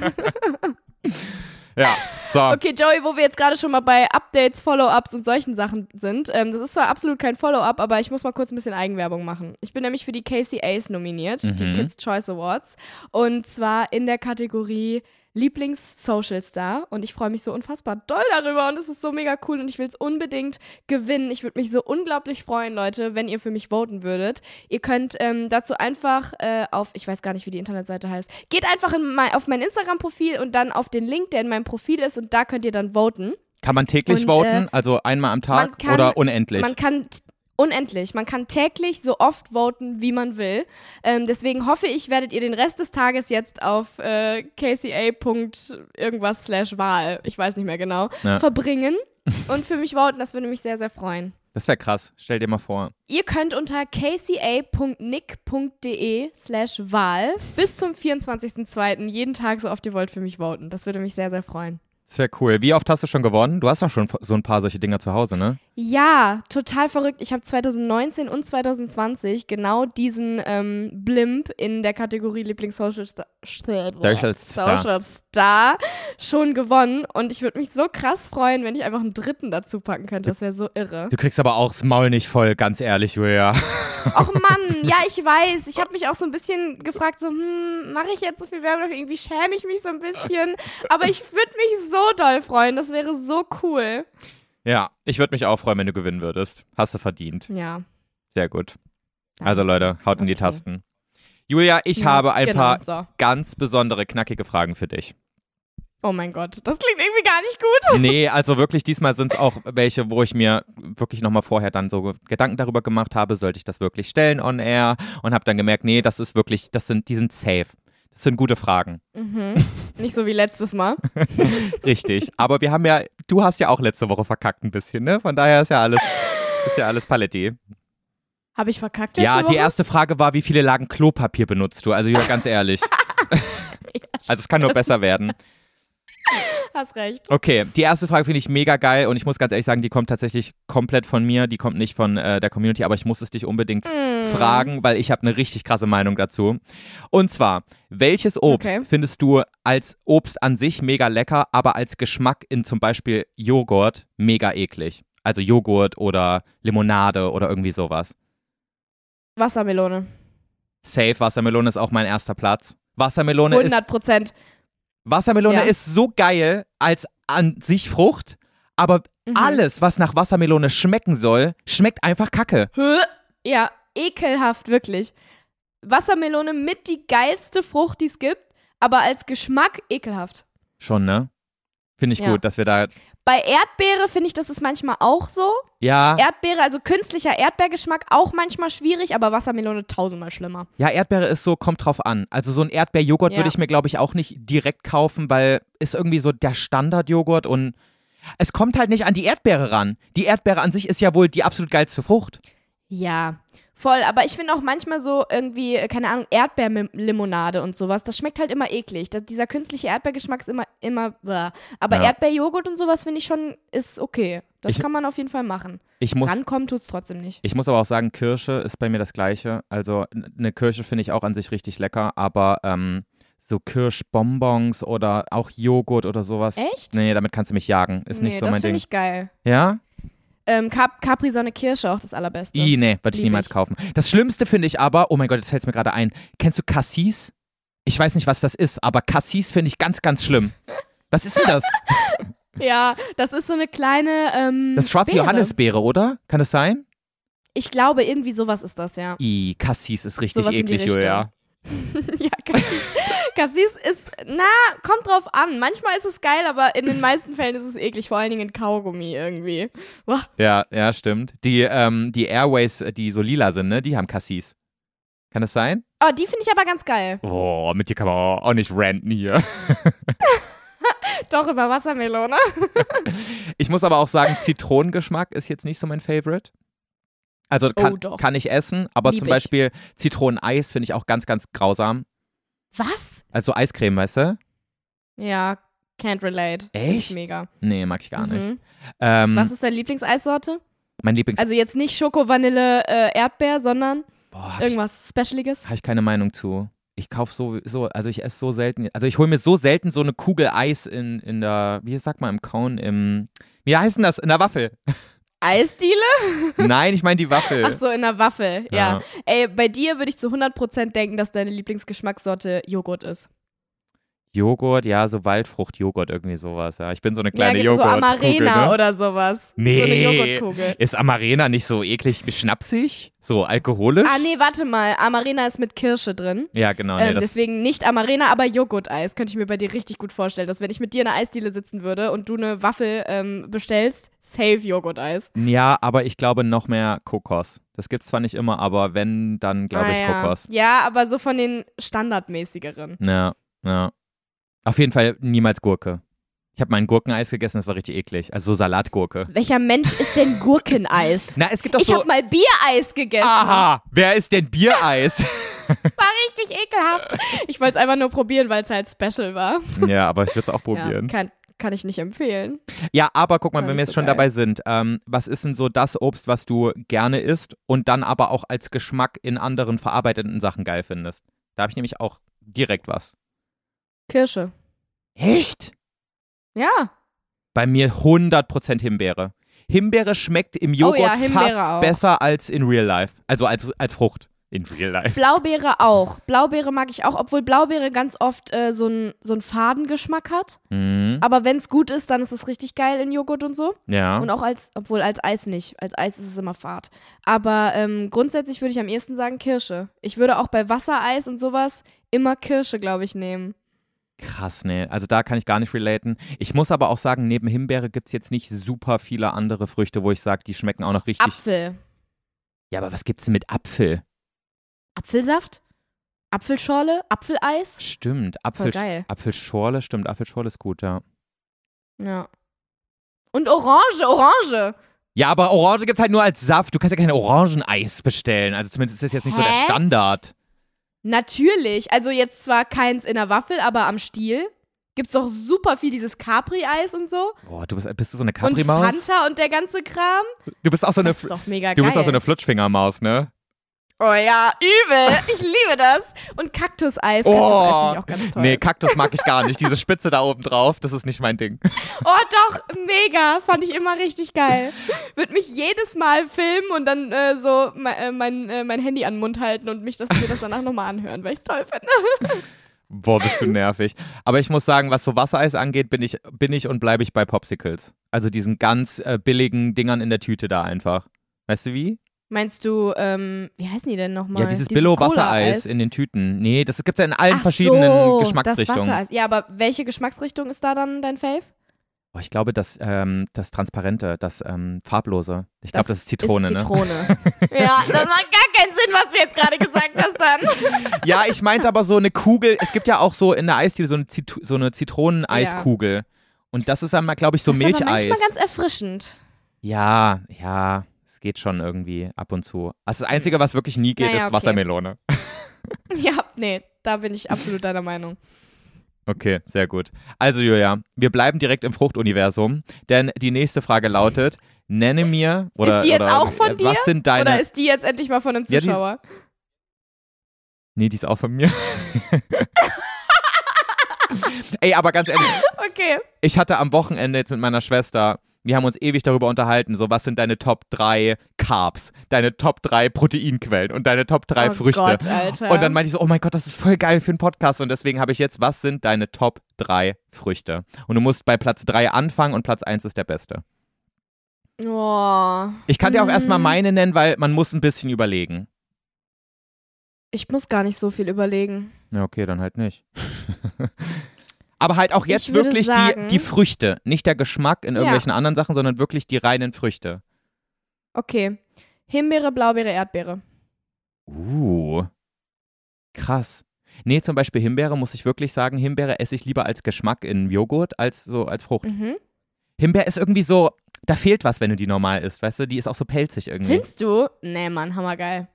Ja, so. Okay, Joey, wo wir jetzt gerade schon mal bei Updates, Follow-ups und solchen Sachen sind. Ähm, das ist zwar absolut kein Follow-up, aber ich muss mal kurz ein bisschen Eigenwerbung machen. Ich bin nämlich für die K C As nominiert, Mhm. die Kids Choice Awards. Und zwar in der Kategorie Lieblings-Social-Star. Und ich freue mich so unfassbar doll darüber und es ist so mega cool und ich will es unbedingt gewinnen. Ich würde mich so unglaublich freuen, Leute, wenn ihr für mich voten würdet. Ihr könnt ähm, dazu einfach äh, auf, ich weiß gar nicht, wie die Internetseite heißt, geht einfach in mein, auf mein Instagram-Profil und dann auf den Link, der in meinem Profil ist und da könnt ihr dann voten. Kann man täglich Und, voten? äh, Also einmal am Tag man kann- oder unendlich? Man kann t- unendlich, man kann täglich so oft voten, wie man will. Ähm, deswegen hoffe ich, werdet ihr den Rest des Tages jetzt auf äh, k c a. irgendwas slash Wahl, ich weiß nicht mehr genau, Ja. verbringen und für mich voten. Das würde mich sehr, sehr freuen. Das wäre krass. Stell dir mal vor. Ihr könnt unter k c a punkt nick punkt d e slash Wahl bis zum vierundzwanzigsten zweiten jeden Tag so oft ihr wollt für mich voten. Das würde mich sehr, sehr freuen. Das wäre cool. Wie oft hast du schon gewonnen? Du hast doch schon so ein paar solche Dinger zu Hause, ne? Ja, total verrückt. Ich habe zwanzig neunzehn und zwanzig zwanzig genau diesen ähm, Blimp in der Kategorie Lieblings-Social Star, Social Star. Social Star schon gewonnen und ich würde mich so krass freuen, wenn ich einfach einen dritten dazu packen könnte. Das wäre so irre. Du kriegst aber auch das Maul nicht voll, ganz ehrlich, Julia. Och Mann, ja, ich weiß. Ich habe mich auch so ein bisschen gefragt, so, hm, mache ich jetzt so viel Werbung? Irgendwie schäme ich mich so ein bisschen. Aber ich würde mich so doll freuen. Das wäre so cool. Ja, ich würde mich auch freuen, wenn du gewinnen würdest. Hast du verdient. Ja. Sehr gut. Also Leute, haut in die Okay. Tasten. Julia, ich Ja, habe ein genau, paar so. ganz besondere, knackige Fragen für dich. Oh mein Gott, das klingt irgendwie gar nicht gut. Nee, also wirklich, diesmal sind es auch welche, wo ich mir wirklich nochmal vorher dann so Gedanken darüber gemacht habe, sollte ich das wirklich stellen on air und habe dann gemerkt, nee, das ist wirklich, das sind, die sind safe. Das sind gute Fragen. Mhm. Nicht so wie letztes Mal. Richtig. Aber wir haben ja, du hast ja auch letzte Woche verkackt ein bisschen, ne? Von daher ist ja alles, ist ja alles Paletti. Habe ich verkackt letzte Ja, Woche? die erste Frage war, wie viele Lagen Klopapier benutzt du? Also ja, ganz ehrlich. Also es kann nur besser werden. Hast recht. Okay, die erste Frage finde ich mega geil und ich muss ganz ehrlich sagen, die kommt tatsächlich komplett von mir, die kommt nicht von äh, der Community, aber ich muss es dich unbedingt Mm. fragen, weil ich habe eine richtig krasse Meinung dazu. Und zwar, welches Obst Okay. findest du als Obst an sich mega lecker, aber als Geschmack in zum Beispiel Joghurt mega eklig? Also Joghurt oder Limonade oder irgendwie sowas. Wassermelone. Safe, Wassermelone ist auch mein erster Platz. Wassermelone ist hundert Prozent. Wassermelone Ja. ist so geil als an sich Frucht, aber Mhm. alles, was nach Wassermelone schmecken soll, schmeckt einfach kacke. Ja, ekelhaft, wirklich. Wassermelone mit die geilste Frucht, die es gibt, aber als Geschmack ekelhaft. Schon, ne? Finde ich Ja. gut, dass wir da, Bei Erdbeere finde ich, das ist manchmal auch so. ja, Erdbeere, also künstlicher Erdbeergeschmack, auch manchmal schwierig, aber Wassermelone tausendmal schlimmer. ja, Erdbeere ist so, kommt drauf an. Also so ein Erdbeerjoghurt Ja. würde ich mir, glaube ich, auch nicht direkt kaufen, weil ist irgendwie so der Standardjoghurt und es kommt halt nicht an die Erdbeere ran. Die Erdbeere an sich ist ja wohl die absolut geilste Frucht. Ja, voll. Aber ich finde auch manchmal so irgendwie, äh, keine Ahnung, Erdbeerlimonade und sowas, das schmeckt halt immer eklig. Das, dieser künstliche Erdbeergeschmack ist immer, immer, bäh. Aber Ja. Erdbeerjoghurt und sowas finde ich schon, ist okay. Das Ich- kann man auf jeden Fall machen. Ich muss, Rankommen tut's trotzdem nicht. ich muss aber auch sagen, Kirsche ist bei mir das Gleiche. Also n- eine Kirsche finde ich auch an sich richtig lecker, aber ähm, so Kirschbonbons oder auch Joghurt oder sowas. Echt? Nee, damit kannst du mich jagen. Ist nee, nicht so das mein finde Ding. ich geil. Ja? Ähm, Cap Capri-Sonne Kirsche, auch das allerbeste. I, nee, würde ich Lieb niemals ich. kaufen. Das Schlimmste finde ich aber, oh mein Gott, jetzt fällt es mir gerade ein. Kennst du Cassis? Ich weiß nicht, was das ist, aber Cassis finde ich ganz, ganz schlimm. Was ist denn das? Ja, das ist so eine kleine, ähm, Das ist schwarze Beere. Johannisbeere, oder? Kann das sein? Ich glaube, irgendwie sowas ist das, ja. I, Cassis ist richtig Sowas in die eklig, Julia. ja, Cassis, Cassis ist, na, kommt drauf an. Manchmal ist es geil, aber in den meisten Fällen ist es eklig, vor allen Dingen in Kaugummi irgendwie. Boah. Ja, ja, stimmt. Die, ähm, die Airways, die so lila sind, ne, die haben Cassis. Kann das sein? Oh, die finde ich aber ganz geil. Oh, mit dir kann man auch nicht ranten hier. Doch, über Wassermelone. Ich muss aber auch sagen, Zitronengeschmack ist jetzt nicht so mein Favorite. Also kann, Oh, doch. kann ich essen, aber Lieb zum ich. Beispiel Zitroneneis finde ich auch ganz, ganz grausam. Was? Also Eiscreme, weißt du? Ja, can't relate. Find ich Echt? Mega. Nee, mag ich gar nicht. Mhm. Ähm, Was ist deine Lieblingseissorte? mein Lieblings... Also jetzt nicht Schoko, Vanille, äh, Erdbeer, sondern Boah, hab ich, irgendwas Specialiges? hab ich keine Meinung zu. Ich kaufe so, so, also ich esse so selten, also ich hole mir so selten so eine Kugel Eis in, in der, wie sagt man, im Cone, im, wie heißt denn das, in der Waffel? Eisdiele? Nein, ich meine die Waffel. Ach so, in der Waffel, ja. Ja. Ey, bei dir würde ich zu hundert Prozent denken, dass deine Lieblingsgeschmackssorte Joghurt ist. Joghurt, ja, so Waldfruchtjoghurt, irgendwie sowas, ja. Ich bin so eine kleine ja, so Joghurtkugel, Amarena ne? oder sowas. Nee. So eine Joghurtkugel. Ist Amarena nicht so eklig schnapsig? So alkoholisch? Ah, nee, warte mal. Amarena ist mit Kirsche drin. Ja, genau. Nee, ähm, das, deswegen nicht Amarena, aber Joghurt-Eis. Könnte ich mir bei dir richtig gut vorstellen, dass wenn ich mit dir in einer Eisdiele sitzen würde und du eine Waffel ähm, bestellst, safe Joghurt-Eis. ja, aber ich glaube noch mehr Kokos. Das gibt's zwar nicht immer, aber wenn, dann glaube ah, ich ja. Kokos. Ja, aber so von den standardmäßigeren. Ja, ja. Auf jeden Fall niemals Gurke. Ich habe mein Gurkeneis gegessen, das war richtig eklig. Also so Salatgurke. Welcher Mensch isst denn Gurkeneis? Na, es gibt doch Ich so... habe mal Biereis gegessen. Aha, wer ist denn Biereis? War richtig ekelhaft. Ich wollte es einfach nur probieren, weil es halt special war. ja, aber ich würde es auch Ja, probieren. kann, kann ich nicht empfehlen. Ja, aber guck mal, War wenn wir nicht jetzt so schon geil. dabei sind, ähm, was ist denn so das Obst, was du gerne isst und dann aber auch als Geschmack in anderen verarbeiteten Sachen geil findest? Da habe ich nämlich auch direkt was. Kirsche. Echt? Ja. Bei mir hundert Prozent Himbeere. Himbeere schmeckt im Joghurt Oh ja, Himbeere fast auch. besser als in Real Life. Also als, als Frucht in Real Life. Blaubeere auch. Blaubeere mag ich auch, obwohl Blaubeere ganz oft äh, so einen so einen Fadengeschmack hat. Mhm. Aber wenn es gut ist, dann ist es richtig geil in Joghurt und so. Ja. Und auch als, obwohl als Eis nicht. Als Eis ist es immer fad. Aber ähm, grundsätzlich würde ich am ehesten sagen Kirsche. Ich würde auch bei Wassereis und sowas immer Kirsche, glaube ich, nehmen. Krass, nee. Also da kann ich gar nicht relaten. Ich muss aber auch sagen, neben Himbeere gibt es jetzt nicht super viele andere Früchte, wo ich sage, die schmecken auch noch richtig. Apfel. Ja, aber was gibt's denn mit Apfel? Apfelsaft? Apfelschorle? Apfeleis? Stimmt, Apfel, Voll geil. Apfelschorle, stimmt, Apfelschorle ist gut, ja. Ja. Und Orange, Orange. Ja, aber Orange gibt's halt nur als Saft. Du kannst ja kein Orangeneis bestellen. Also zumindest ist das jetzt nicht so der Hä? Standard. Natürlich. Also jetzt zwar keins in der Waffel, aber am Stiel. Gibt's doch super viel dieses Capri-Eis und so. Boah, du bist, bist du so eine Und Capri-Maus? Fanta und der ganze Kram. Du bist auch so eine, Das ist doch mega du geil. bist auch so eine Flutschfingermaus, ne? Oh ja, übel. Ich liebe das. Und Kaktuseis. Kaktuseis finde ich auch ganz toll. Nee, Kaktus mag ich gar nicht. Diese Spitze da oben drauf, das ist nicht mein Ding. Oh doch, mega. Fand ich immer richtig geil. Würde mich jedes Mal filmen und dann äh, so mein, äh, mein, äh, mein Handy an den Mund halten und mich das, mir das danach nochmal anhören, weil ich es toll finde. Boah, bist du nervig. Aber ich muss sagen, was so Wassereis angeht, bin ich, bin ich und bleibe ich bei Popsicles. Also diesen ganz äh, billigen Dingern in der Tüte da einfach. Weißt du wie? Meinst du, ähm, wie heißen die denn nochmal? Ja, dieses Billo-Wassereis in den Tüten. Nee, das gibt's ja in allen Ach verschiedenen so, Geschmacksrichtungen. Das Wassereis. Ja, aber welche Geschmacksrichtung ist da dann dein Fave? Oh, ich glaube, das, ähm, das Transparente, das ähm, Farblose. Ich glaube, das ist Zitrone, ist Zitrone. ne? Ja, das macht gar keinen Sinn, was du jetzt gerade gesagt hast dann. Ja, ich meinte aber so eine Kugel. Es gibt ja auch so in der Eisdiele so eine, Zit- so eine Zitroneneis-Kugel. Ja. Und das ist einmal, glaube ich, so das Milcheis. Das ist aber manchmal ganz erfrischend. Ja, ja, es geht schon irgendwie ab und zu. Also das Einzige, was wirklich nie geht, naja, ist okay. Wassermelone. Ja, nee, da bin ich absolut deiner Meinung. Okay, sehr gut. Also Julia, wir bleiben direkt im Fruchtuniversum, denn die nächste Frage lautet, nenne mir, oder Ist die jetzt oder, auch von äh, dir? Was sind deine, oder ist die jetzt endlich mal von einem Ja, die ist- Zuschauer? Nee, die ist auch von mir. Ey, aber ganz ehrlich, Okay. ich hatte am Wochenende jetzt mit meiner Schwester, wir haben uns ewig darüber unterhalten, so was sind deine Top drei Carbs, deine Top drei Proteinquellen und deine Top drei oh Früchte. Gott, Alter. Und dann meinte ich so, oh mein Gott, das ist voll geil für einen Podcast. Und deswegen habe ich jetzt, was sind deine Top drei Früchte? Und du musst bei Platz drei anfangen und Platz eins ist der beste. Oh. Ich kann dir auch Mm. erstmal meine nennen, weil man muss ein bisschen überlegen. Ich muss gar nicht so viel überlegen. Ja, okay, dann halt nicht. Aber halt auch jetzt Ich würde wirklich sagen- die, die Früchte. Nicht der Geschmack in Ja. irgendwelchen anderen Sachen, sondern wirklich die reinen Früchte. Okay. Himbeere, Blaubeere, Erdbeere. Uh, krass. Nee, zum Beispiel Himbeere, muss ich wirklich sagen, Himbeere esse ich lieber als Geschmack in Joghurt als so als Frucht. Mhm. Himbeere ist irgendwie so, da fehlt was, wenn du die normal isst, weißt du? Die ist auch so pelzig irgendwie. Findest du? Nee, Mann, hammergeil.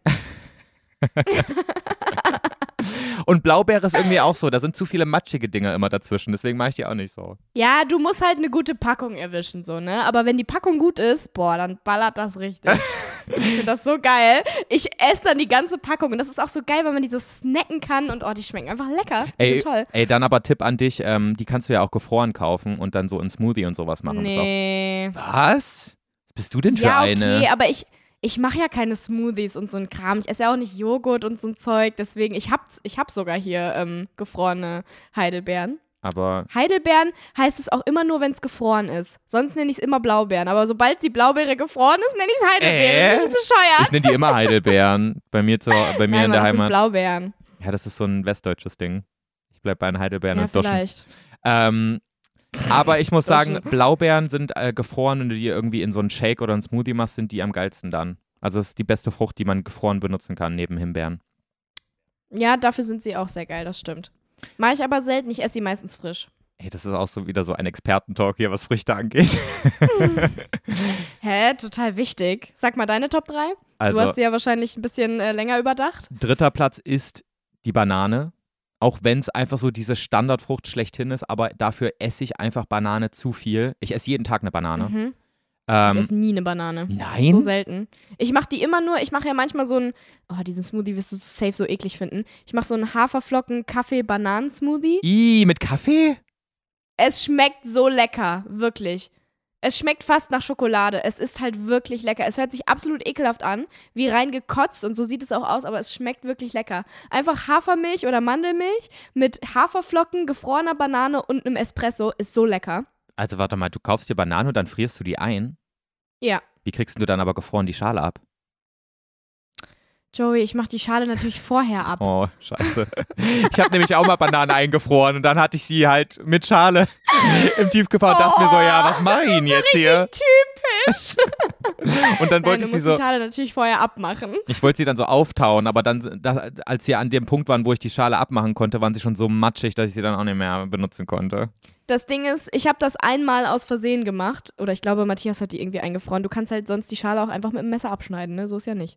Und Blaubeere ist irgendwie auch so, da sind zu viele matschige Dinge immer dazwischen, deswegen mache ich die auch nicht so. Ja, du musst halt eine gute Packung erwischen, so, ne? Aber wenn die Packung gut ist, boah, dann ballert das richtig. Ich finde das so geil. Ich esse dann die ganze Packung und das ist auch so geil, weil man die so snacken kann und oh, die schmecken einfach lecker. Die Ey, sind toll. ey, dann aber Tipp an dich, ähm, die kannst du ja auch gefroren kaufen und dann so in Smoothie und sowas machen. Das ist Nee. auch, was? Was bist du denn für Ja, okay, eine? aber ich, ich mache ja keine Smoothies und so ein Kram. Ich esse ja auch nicht Joghurt und so ein Zeug. Deswegen, ich hab, ich hab sogar hier ähm, gefrorene Heidelbeeren. Aber Heidelbeeren heißt es auch immer nur, wenn es gefroren ist. Sonst nenne ich es immer Blaubeeren. Aber sobald die Blaubeere gefroren ist, nenne ich es Heidelbeeren. Äh? Bin ich bescheuert? ich nenne die immer Heidelbeeren. Bei mir, zu, bei mir Nein, in Mann, der das sind Heimat. Blaubeeren. Ja, das ist so ein westdeutsches Ding. Ich bleib bei den Heidelbeeren Ja, und Duschen. vielleicht. Ähm, aber ich muss sagen, Duschen. Blaubeeren sind äh, gefroren, wenn du die irgendwie in so einen Shake oder einen Smoothie machst, sind die am geilsten dann. Also es ist die beste Frucht, die man gefroren benutzen kann, neben Himbeeren. Ja, dafür sind sie auch sehr geil, das stimmt. Mache ich aber selten. Ich esse sie meistens frisch. Ey, das ist auch so wieder so ein Expertentalk hier, was Früchte angeht. Hä? Total wichtig. Sag mal deine Top drei. Also, Du hast sie ja wahrscheinlich ein bisschen äh, länger überdacht. dritter Platz ist die Banane. Auch wenn es einfach so diese Standardfrucht schlechthin ist, aber dafür esse ich einfach Banane zu viel. Ich esse jeden Tag eine Banane. Mhm. Ähm, Ich esse nie eine Banane. nein? So selten. Ich mache die immer nur, ich mache ja manchmal so einen, oh, diesen Smoothie wirst du so safe so eklig finden. Ich mache so einen Haferflocken-Kaffee-Bananen-Smoothie. Ih, mit Kaffee? Es schmeckt so lecker, wirklich. Es schmeckt fast nach Schokolade. Es ist halt wirklich lecker. Es hört sich absolut ekelhaft an, wie reingekotzt und so sieht es auch aus, aber es schmeckt wirklich lecker. Einfach Hafermilch oder Mandelmilch mit Haferflocken, gefrorener Banane und einem Espresso ist so lecker. Also warte mal, du kaufst dir Bananen und dann frierst du die ein? Ja. Wie kriegst du dann aber gefroren die Schale ab? Joey, ich mache die Schale natürlich vorher ab. Oh, scheiße. Ich habe nämlich auch mal Bananen eingefroren und dann hatte ich sie halt mit Schale im Tiefkühlfach und dachte mir so, ja, was mache ich denn jetzt hier? Typisch. Und dann Nein, wollte du ich sie musst so, die Schale natürlich vorher abmachen. ich wollte sie dann so auftauen, aber dann, da, als sie an dem Punkt waren, wo ich die Schale abmachen konnte, waren sie schon so matschig, dass ich sie dann auch nicht mehr benutzen konnte. Das Ding ist, ich habe das einmal aus Versehen gemacht. Oder ich glaube, Matthias hat die irgendwie eingefroren. Du kannst halt sonst die Schale auch einfach mit dem Messer abschneiden, ne? So ist ja nicht.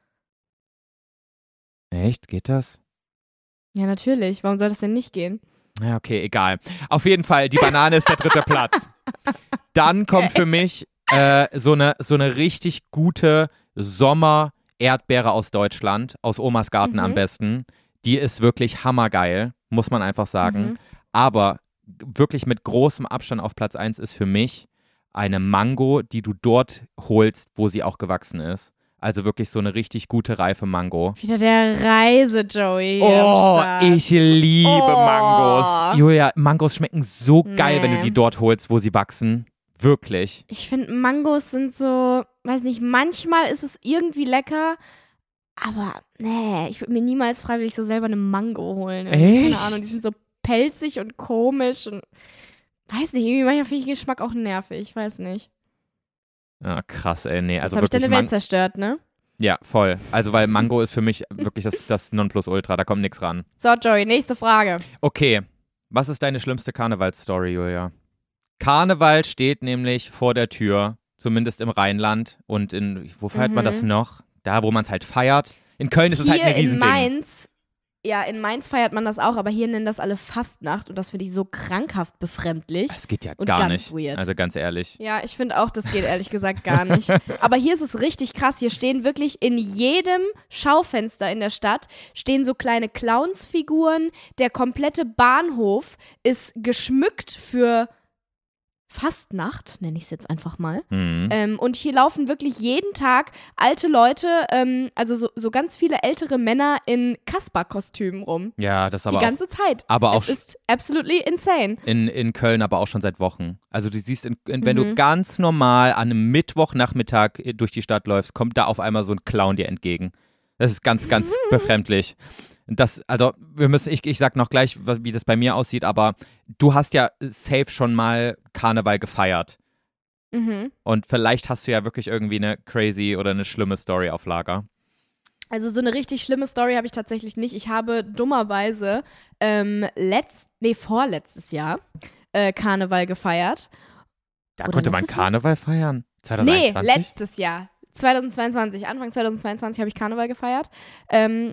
Echt? Geht das? Ja, natürlich. Warum soll das denn nicht gehen? Ja, okay, egal. Auf jeden Fall, die Banane ist der dritte Platz. Dann kommt für mich äh, so eine so eine richtig gute Sommer-Erdbeere aus Deutschland, aus Omas Garten Mhm. am besten. Die ist wirklich hammergeil, muss man einfach sagen. Mhm. Aber wirklich mit großem Abstand auf Platz eins ist für mich eine Mango, die du dort holst, wo sie auch gewachsen ist. Also wirklich so eine richtig gute, reife Mango. Wieder der Reise-Joey. hier am Oh, Start. ich liebe Oh. Mangos. Julia, Mangos schmecken so geil, Nee. wenn du die dort holst, wo sie wachsen. Wirklich. Ich finde, Mangos sind so, weiß nicht, manchmal ist es irgendwie lecker, aber nee, ich würde mir niemals freiwillig so selber eine Mango holen. Irgendwie. Echt? Keine Ahnung, die sind so pelzig und komisch und Weiß nicht, irgendwie manchmal finde ich den Geschmack auch nervig, ich weiß nicht. Ja, krass, ey, nee. Also Jetzt habe ich wirklich deine Man- Welt zerstört, ne? Ja, voll. Also, weil Mango ist für mich wirklich das, das Nonplusultra, da kommt nichts ran. So, Joey, nächste Frage. Okay, was ist deine schlimmste Karnevalsstory, Julia? Karneval steht nämlich vor der Tür, zumindest im Rheinland und in, wo feiert man Mhm. das noch? Da, wo man es halt feiert. In Köln ist es halt Hier ein in Riesending. Mainz, ja, in Mainz feiert man das auch, aber hier nennen das alle Fastnacht und das finde ich so krankhaft befremdlich. Das geht ja und gar ganz nicht. weird. Also ganz ehrlich. Ja, ich finde auch, das geht ehrlich gesagt gar nicht. Aber hier ist es richtig krass. Hier stehen wirklich in jedem Schaufenster in der Stadt stehen so kleine Clownsfiguren. Der komplette Bahnhof ist geschmückt für Fastnacht, nenne ich es jetzt einfach mal. Mhm. Ähm, und hier laufen wirklich jeden Tag alte Leute, ähm, also so, so ganz viele ältere Männer in Kasper-Kostümen rum. Ja, das Die aber auch, ganze Zeit. aber auch Es ist absolutely insane. in, in Köln, aber auch schon seit Wochen. Also du siehst, in, in, wenn Mhm. du ganz normal an einem Mittwochnachmittag durch die Stadt läufst, kommt da auf einmal so ein Clown dir entgegen. Das ist ganz, ganz befremdlich. Das, also wir müssen, ich, ich sag noch gleich, wie das bei mir aussieht, aber du hast ja safe schon mal Karneval gefeiert. Mhm. Und vielleicht hast du ja wirklich irgendwie eine crazy oder eine schlimme Story auf Lager. Also so eine richtig schlimme Story habe ich tatsächlich nicht. Ich habe dummerweise ähm, letzt, nee, vorletztes Jahr äh, Karneval gefeiert. Da Oder konnte man letztes Jahr? Karneval feiern? Nee, zweitausendeinundzwanzig? letztes Jahr. zweitausendzweiundzwanzig, Anfang zweitausendzweiundzwanzig habe ich Karneval gefeiert. Ähm,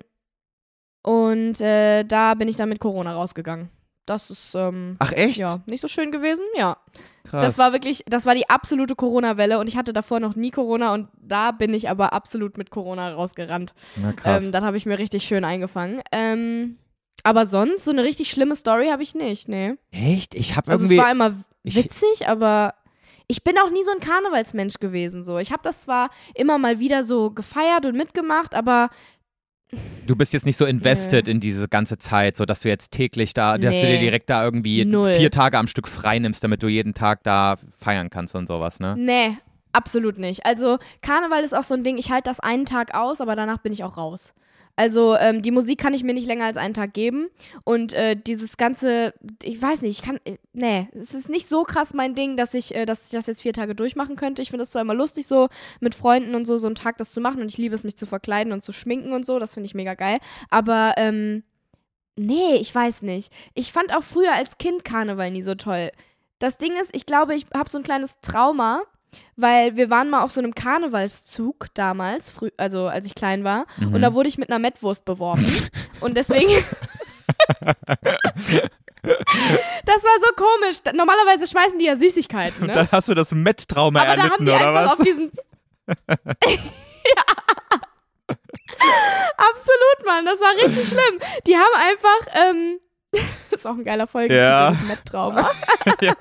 und äh, da bin ich dann mit Corona rausgegangen. Das ist ähm, Ach echt? ja nicht so schön gewesen, ja. Krass. Das war wirklich, das war die absolute Corona-Welle und ich hatte davor noch nie Corona und da bin ich aber absolut mit Corona rausgerannt. Na krass. Ähm, das habe ich mir richtig schön eingefangen. Ähm, aber sonst, so eine richtig schlimme Story habe ich nicht, nee. Echt? Ich habe Also irgendwie... es war immer ich- witzig, aber ich bin auch nie so ein Karnevalsmensch gewesen. So. Ich habe das zwar immer mal wieder so gefeiert und mitgemacht, aber Du bist jetzt nicht so invested Nee. in diese ganze Zeit, so dass du jetzt täglich da, dass du Nee. dir direkt da irgendwie Null. vier Tage am Stück frei nimmst, damit du jeden Tag da feiern kannst und sowas, ne? nee, absolut nicht. Also Karneval ist auch so ein Ding, ich halte das einen Tag aus, aber danach bin ich auch raus. Also ähm, die Musik kann ich mir nicht länger als einen Tag geben und äh, dieses ganze, ich weiß nicht, ich kann, äh, nee, es ist nicht so krass mein Ding, dass ich, äh, dass ich das jetzt vier Tage durchmachen könnte. Ich finde es zwar immer lustig, so mit Freunden und so, so einen Tag das zu machen und ich liebe es, mich zu verkleiden und zu schminken und so, das finde ich mega geil, aber ähm, nee, ich weiß nicht. Ich fand auch früher als Kind Karneval nie so toll. Das Ding ist, ich glaube, ich habe so ein kleines Trauma, weil wir waren mal auf so einem Karnevalszug damals, früh, also als ich klein war, Mhm. und da wurde ich mit einer Mettwurst beworfen. Und deswegen. Das war so komisch. Da- Normalerweise schmeißen die ja Süßigkeiten, ne? Dann hast du das Met-Trauma Aber da erlitten, haben die oder einfach was? auf diesen. Ja. Absolut, Mann. Das war richtig schlimm. Die haben einfach. Ähm, das ist auch ein geiler Folgentitel, Ja. das Met-Trauma. Ja.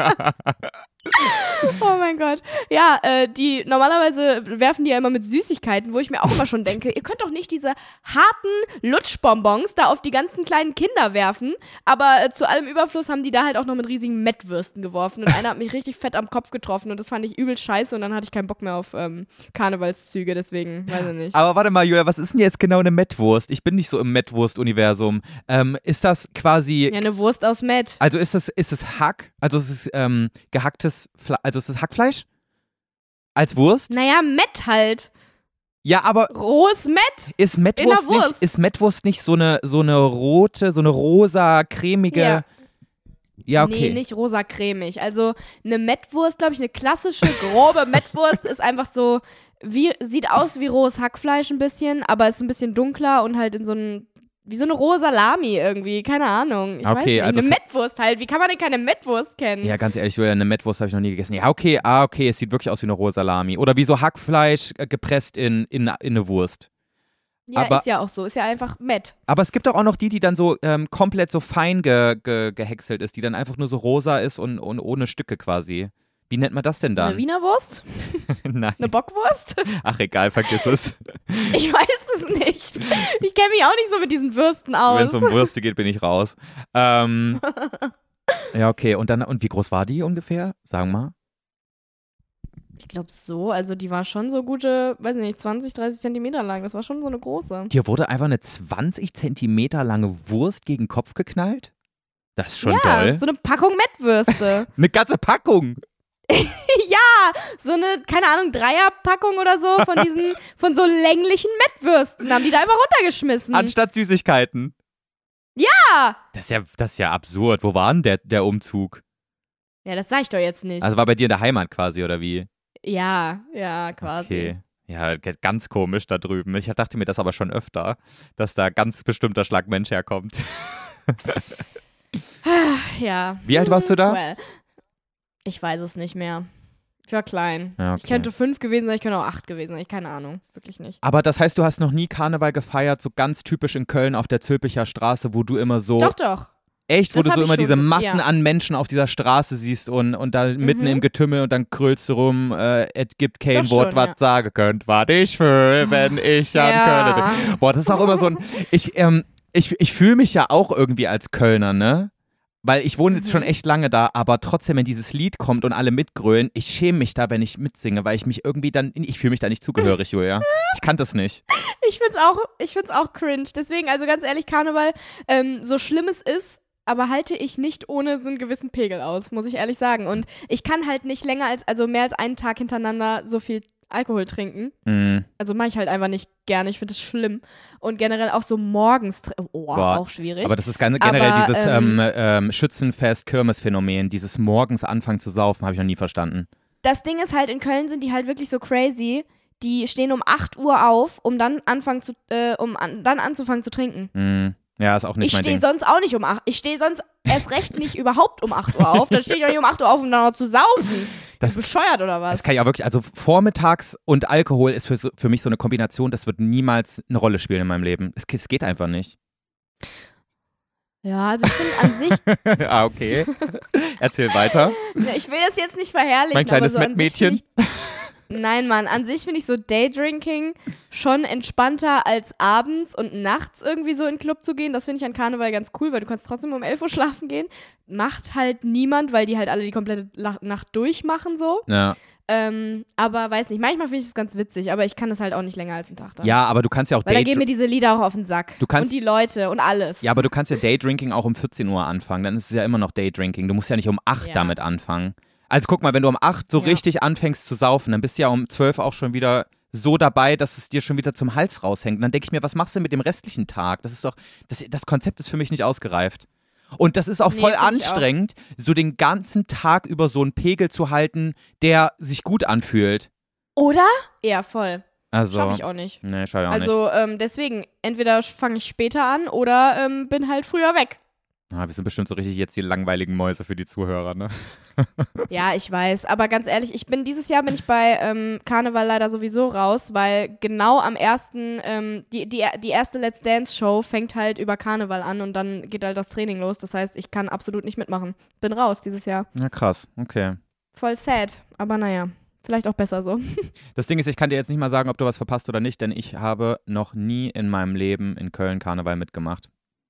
Oh mein Gott. Ja, äh, die normalerweise werfen die ja immer mit Süßigkeiten, wo ich mir auch immer schon denke, ihr könnt doch nicht diese harten Lutschbonbons da auf die ganzen kleinen Kinder werfen, aber äh, zu allem Überfluss haben die da halt auch noch mit riesigen Mettwürsten geworfen und einer hat mich richtig fett am Kopf getroffen und das fand ich übel scheiße und dann hatte ich keinen Bock mehr auf ähm, Karnevalszüge, deswegen, weiß ich nicht. Aber warte mal, Julia, was ist denn jetzt genau eine Mettwurst? Ich bin nicht so im Mettwurst-Universum. Ähm, ist das quasi, Ja, eine Wurst aus Mett. also ist es, ist es Hack? Also ist es ähm, gehacktes Fle also ist es Hackfleisch? Als Wurst? Naja, Mett halt. Ja, aber Rohes Mett. ist Mettwurst In der nicht, Wurst. ist Mettwurst nicht so eine, so eine rote, so eine rosa, cremige. Ja. Ja, okay. Nee, nicht rosa cremig. Also eine Mettwurst, glaube ich, eine klassische, grobe Mettwurst ist einfach so, wie, sieht aus wie rohes Hackfleisch ein bisschen, aber ist ein bisschen dunkler und halt in so ein, wie so eine rohe Salami irgendwie, keine Ahnung. Ich Okay, weiß nicht. also Eine es- Mettwurst halt. Wie kann man denn keine Mettwurst kennen? Ja, ganz ehrlich, Julia, eine Mettwurst habe ich noch nie gegessen. Ja, okay, ah, okay, es sieht wirklich aus wie eine rohe Salami. Oder wie so Hackfleisch äh, gepresst in, in, in eine Wurst. Ja, aber- ist ja auch so. Ist ja einfach Mett. Aber es gibt doch auch noch die, die dann so ähm, komplett so fein ge, ge, gehäckselt ist, die dann einfach nur so rosa ist und, und ohne Stücke quasi. Wie nennt man das denn Eine dann? Wiener Wurst? Nein. Eine Bockwurst? Ach, egal, vergiss es. Ich weiß es nicht. Ich kenne mich auch nicht so mit diesen Würsten aus. Wenn es um Würste geht, bin ich raus. Ähm, ja, okay. Und dann, und wie groß war die ungefähr? Sagen wir mal. Ich glaube so. Also die war schon so gute, weiß nicht, zwanzig, dreißig Zentimeter lang. Das war schon so eine große. Dir wurde einfach eine zwanzig Zentimeter lange Wurst gegen den Kopf geknallt? Das ist schon ja, doll. so eine Packung Mettwürste. Eine ganze Packung. Ja, so eine, keine Ahnung, Dreierpackung oder so von diesen, von so länglichen Mettwürsten haben die da einfach runtergeschmissen. Anstatt Süßigkeiten. Ja! Das ist ja, das ist ja absurd. Wo war denn der, der Umzug? Ja, das sag ich doch jetzt nicht. Also war bei dir in der Heimat quasi, oder wie? Ja, ja, quasi. Okay. Ja, ganz komisch da drüben. Ich dachte mir das aber schon öfter, dass da ganz bestimmter Schlag Mensch herkommt. Ja. Wie alt warst du da? Well, ich weiß es nicht mehr. Ich war klein. Ja, okay. Ich könnte fünf gewesen sein, ich könnte auch acht gewesen sein. Ich keine Ahnung. Wirklich nicht. Aber das heißt, du hast noch nie Karneval gefeiert, so ganz typisch in Köln auf der Zülpicher Straße, wo du immer so... Doch, doch. Echt, wo Das du so hab immer ich diese schon, Massen ja. an Menschen auf dieser Straße siehst und, und da mitten Mhm. im Getümmel und dann krölst du rum, äh, es gibt kein Doch Wort, schon, was ja. sagen könnt, was ich fühl, wenn ich an Ja. Köln. Boah, das ist auch immer so ein, ich, ähm, ich, ich fühle mich ja auch irgendwie als Kölner, ne? Weil ich wohne jetzt Mhm. schon echt lange da, aber trotzdem, wenn dieses Lied kommt und alle mitgrölen, ich schäme mich da, wenn ich mitsinge, weil ich mich irgendwie dann, ich fühle mich da nicht zugehörig, Julia. Ich kann das nicht. Ich find's auch, ich find's auch cringe. Deswegen, also ganz ehrlich, Karneval, ähm, so schlimm es ist, aber halte ich nicht ohne so einen gewissen Pegel aus, muss ich ehrlich sagen. Und ich kann halt nicht länger als, also mehr als einen Tag hintereinander so viel Alkohol trinken. Mm. Also mache ich halt einfach nicht gerne. Ich finde das schlimm. Und generell auch so morgens, tr- oh, Boah, auch schwierig. Aber das ist ganz, generell Aber, dieses ähm, ähm, ähm, Schützenfest-Kirmes-Phänomen, dieses morgens anfangen zu saufen, habe ich noch nie verstanden. Das Ding ist halt, in Köln sind die halt wirklich so crazy. Die stehen um acht Uhr auf, um dann anfangen zu, äh, um an, dann anzufangen zu trinken. Mm. Ja, ist auch nicht Ich mein stehe Ding. sonst auch nicht um acht. Ich stehe sonst erst recht nicht überhaupt um acht Uhr auf. Dann stehe ich auch nicht um acht Uhr auf, um dann noch zu saufen. Das- Bist du bescheuert oder was? Das kann ich auch wirklich, also vormittags und Alkohol ist für, so- für mich so eine Kombination, das wird niemals eine Rolle spielen in meinem Leben. Es, es geht einfach nicht. Ja, also ich finde an sich, ah, okay. Erzähl weiter. ja, ich will das jetzt nicht verherrlichen, Mein kleines aber so an sich Mettmädchen. find ich, nein, Mann, an sich finde ich so Daydrinking schon entspannter als abends und nachts irgendwie so in den Club zu gehen. Das finde ich an Karneval ganz cool, weil du kannst trotzdem um elf Uhr schlafen gehen. Macht halt niemand, weil die halt alle die komplette La- Nacht durchmachen so. Ja. Ähm, aber weiß nicht, manchmal finde ich es ganz witzig, aber ich kann das halt auch nicht länger als einen Tag dann. ja, aber du kannst ja auch Weil da Day gehen mir diese Lieder auch auf den Sack. Du kannst- und die Leute und alles. Ja, aber du kannst ja Daydrinking auch um vierzehn Uhr anfangen. Dann ist es ja immer noch Daydrinking. Du musst ja nicht um acht Ja. damit anfangen. Also guck mal, wenn du um acht so Ja. richtig anfängst zu saufen, dann bist du ja um zwölf auch schon wieder so dabei, dass es dir schon wieder zum Hals raushängt. Und dann denke ich mir, was machst du mit dem restlichen Tag? Das ist doch, das, das Konzept ist für mich nicht ausgereift. Und das ist auch Nee, voll find ich auch. anstrengend, so den ganzen Tag über so einen Pegel zu halten, der sich gut anfühlt. Oder? Ja, voll. Also, Schaffe ich auch nicht. nee, schau ich auch nicht. Also ähm, deswegen, entweder fange ich später an oder ähm, bin halt früher weg. Ah, wir sind bestimmt so richtig jetzt die langweiligen Mäuse für die Zuhörer, ne? Ja, ich weiß. Aber ganz ehrlich, ich bin dieses Jahr bin ich bei ähm, Karneval leider sowieso raus, weil genau am ersten, ähm, die, die, die erste Let's Dance Show fängt halt über Karneval an und dann geht halt das Training los. Das heißt, ich kann absolut nicht mitmachen. Bin raus dieses Jahr. Na krass, okay. Voll sad. Aber naja, vielleicht auch besser so. Das Ding ist, ich kann dir jetzt nicht mal sagen, ob du was verpasst oder nicht, denn ich habe noch nie in meinem Leben in Köln Karneval mitgemacht.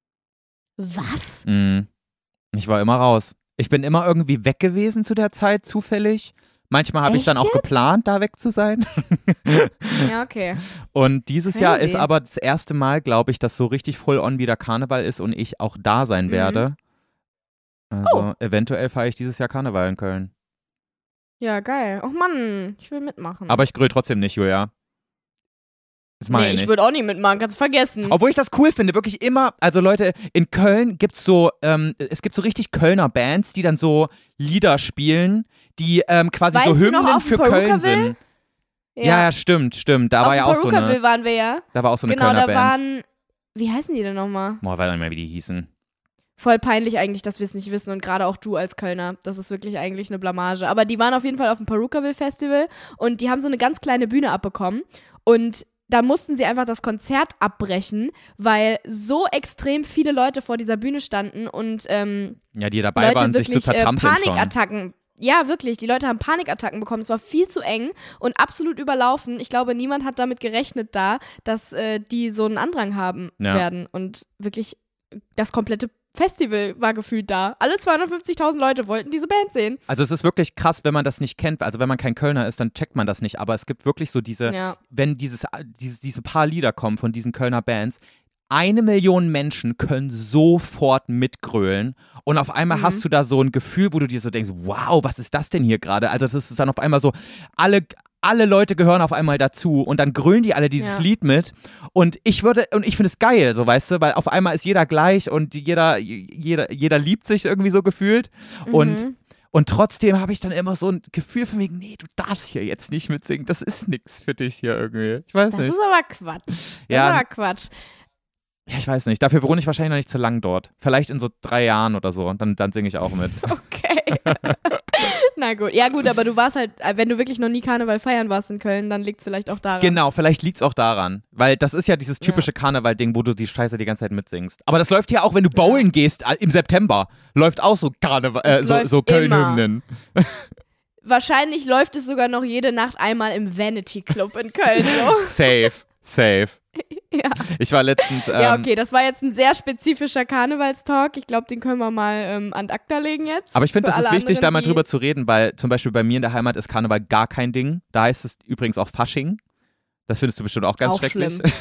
Was? Mhm. Ich war immer raus. Ich bin immer irgendwie weg gewesen zu der Zeit, zufällig. Manchmal habe ich Echt dann auch jetzt? geplant, da weg zu sein. Ja, okay. Und dieses Jahr Crazy. ist aber das erste Mal, glaube ich, dass so richtig full on wieder Karneval ist und ich auch da sein Mhm. werde. Also Oh. eventuell fahre ich dieses Jahr Karneval in Köln. Ja, geil. Oh Mann, ich will mitmachen. Aber ich grüll trotzdem nicht, Julia. Das mache nee, ich ich nicht. würde auch nicht mitmachen, kannst vergessen. Obwohl ich das cool finde, wirklich immer, also Leute, in Köln gibt's so, ähm, es gibt so richtig Kölner Bands, die dann so Lieder spielen, die ähm, quasi Weißt so du noch, Hymnen auf dem für Köln Perukaville? sind. Ja, ja, stimmt, stimmt. Da Auf war ja dem auch so Perukaville eine, waren wir ja. da war auch so eine Genau, Kölner da Band. waren, wie heißen die denn nochmal? Boah, weiß nicht mehr, wie die hießen. Voll peinlich eigentlich, dass wir es nicht wissen und gerade auch du als Kölner. Das ist wirklich eigentlich eine Blamage. Aber die waren auf jeden Fall auf dem Perukaville Festival und die haben so eine ganz kleine Bühne abbekommen und da mussten sie einfach das Konzert abbrechen, weil so extrem viele Leute vor dieser Bühne standen und ähm, Ja, die dabei Leute waren, sich zu wirklich äh, zertrampeln schon. Panikattacken. Ja, wirklich. Die Leute haben Panikattacken bekommen. Es war viel zu eng und absolut überlaufen. Ich glaube, niemand hat damit gerechnet da, dass äh, die so einen Andrang haben Ja. werden. Und wirklich das komplette Festival war gefühlt da. Alle zweihundertfünfzigtausend Leute wollten diese Band sehen. Also es ist wirklich krass, wenn man das nicht kennt. Also wenn man kein Kölner ist, dann checkt man das nicht. Aber es gibt wirklich so diese, Ja. wenn dieses, dieses, diese paar Lieder kommen von diesen Kölner Bands, eine Million Menschen können sofort mitgrölen und auf einmal Mhm. hast du da so ein Gefühl, wo du dir so denkst, wow, was ist das denn hier gerade? Also das ist dann auf einmal so, alle, alle Leute gehören auf einmal dazu und dann grölen die alle dieses Ja. Lied mit und ich würde, und ich finde es geil, so weißt du, weil auf einmal ist jeder gleich und jeder, jeder, jeder liebt sich irgendwie so gefühlt und Mhm. Und trotzdem habe ich dann immer so ein Gefühl von wegen, nee, du darfst hier jetzt nicht mitsingen. Das ist nix für dich hier irgendwie. Ich weiß Das nicht. ist aber Quatsch. Das Ja. ist aber Quatsch. Ja, ich weiß nicht. Dafür wohne ich wahrscheinlich noch nicht zu lang dort. Vielleicht in so drei Jahren oder so. Dann, dann singe ich auch mit. Okay. Na gut. Ja gut, aber du warst halt, wenn du wirklich noch nie Karneval feiern warst in Köln, dann liegt es vielleicht auch daran. Genau, vielleicht liegt es auch daran. Weil das ist ja dieses typische Karneval-Ding, wo du die Scheiße die ganze Zeit mitsingst. Aber das läuft ja auch, wenn du bowlen gehst äh, im September. Läuft auch so Karneval, äh, Es so, läuft so Köln-Hymnen. Wahrscheinlich läuft es sogar noch jede Nacht einmal im Vanity Club in Köln. So. Safe, safe. Ja. Ich war letztens. Ähm, ja, okay, das war jetzt ein sehr spezifischer Karnevalstalk. Ich glaube, den können wir mal ähm, an acta legen jetzt. Aber ich finde, Für das ist alle wichtig, da anderen, mal die- drüber zu reden, weil zum Beispiel bei mir in der Heimat ist Karneval gar kein Ding. Da heißt es übrigens auch Fasching. Das findest du bestimmt auch ganz Auch schrecklich. schlimm.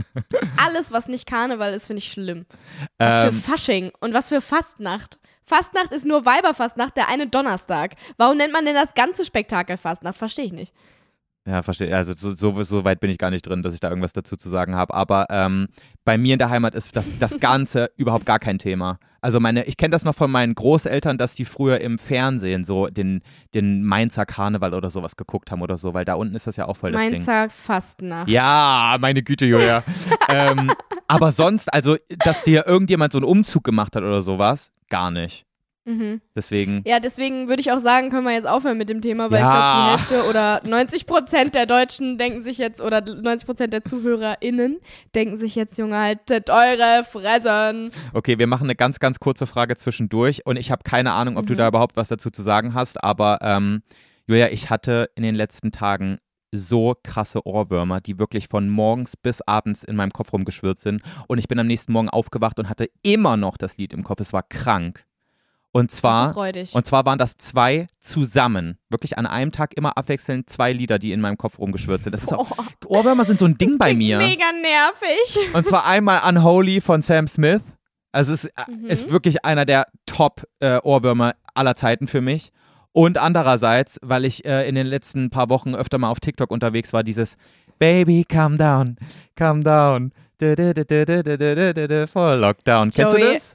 Alles, was nicht Karneval ist, finde ich schlimm. Was ähm, für Fasching und was für Fastnacht. Fastnacht ist nur Weiberfastnacht, der eine Donnerstag. Warum nennt man denn das ganze Spektakel Fastnacht? Verstehe ich nicht. ja, verstehe. Also so, so, so weit bin ich gar nicht drin, dass ich da irgendwas dazu zu sagen habe. Aber ähm, bei mir in der Heimat ist das, das Ganze überhaupt gar kein Thema. Also meine, ich kenne das noch von meinen Großeltern, dass die früher im Fernsehen so den, den Mainzer Karneval oder sowas geguckt haben oder so, weil da unten ist das ja auch voll das Ding. Mainzer Fastnacht. Ja, meine Güte, Julia. ähm, aber sonst, also, dass dir irgendjemand so einen Umzug gemacht hat oder sowas, gar nicht. Mhm. Deswegen. Ja, deswegen würde ich auch sagen, können wir jetzt aufhören mit dem Thema, weil Ja. ich glaube, die Hälfte oder neunzig Prozent der Deutschen denken sich jetzt, oder neunzig Prozent der ZuhörerInnen denken sich jetzt, Junge, haltet eure Fressen. Okay, wir machen eine ganz, ganz kurze Frage zwischendurch und ich habe keine Ahnung, ob du Mhm. da überhaupt was dazu zu sagen hast, aber ähm, Julia, ich hatte in den letzten Tagen so krasse Ohrwürmer, die wirklich von morgens bis abends in meinem Kopf rumgeschwirrt sind und ich bin am nächsten Morgen aufgewacht und hatte immer noch das Lied im Kopf. Es war krank. Und Das zwar ist räudig. Und zwar waren das zwei zusammen. Wirklich an einem Tag immer abwechselnd zwei Lieder, die in meinem Kopf rumgeschwirrt sind. Das ist auch, Boah, Ohrwürmer sind so ein Ding bei klingt mir. mega nervig. Und zwar einmal Unholy von Sam Smith. Also es ist, Mhm. ist wirklich einer der Top-Ohrwürmer aller Zeiten für mich. Und andererseits, weil ich äh, in den letzten paar Wochen öfter mal auf TikTok unterwegs war, dieses Baby, calm down, calm down, du, du, du, du, du, du, du, du, du, for Lockdown. Kennst du Joey. das?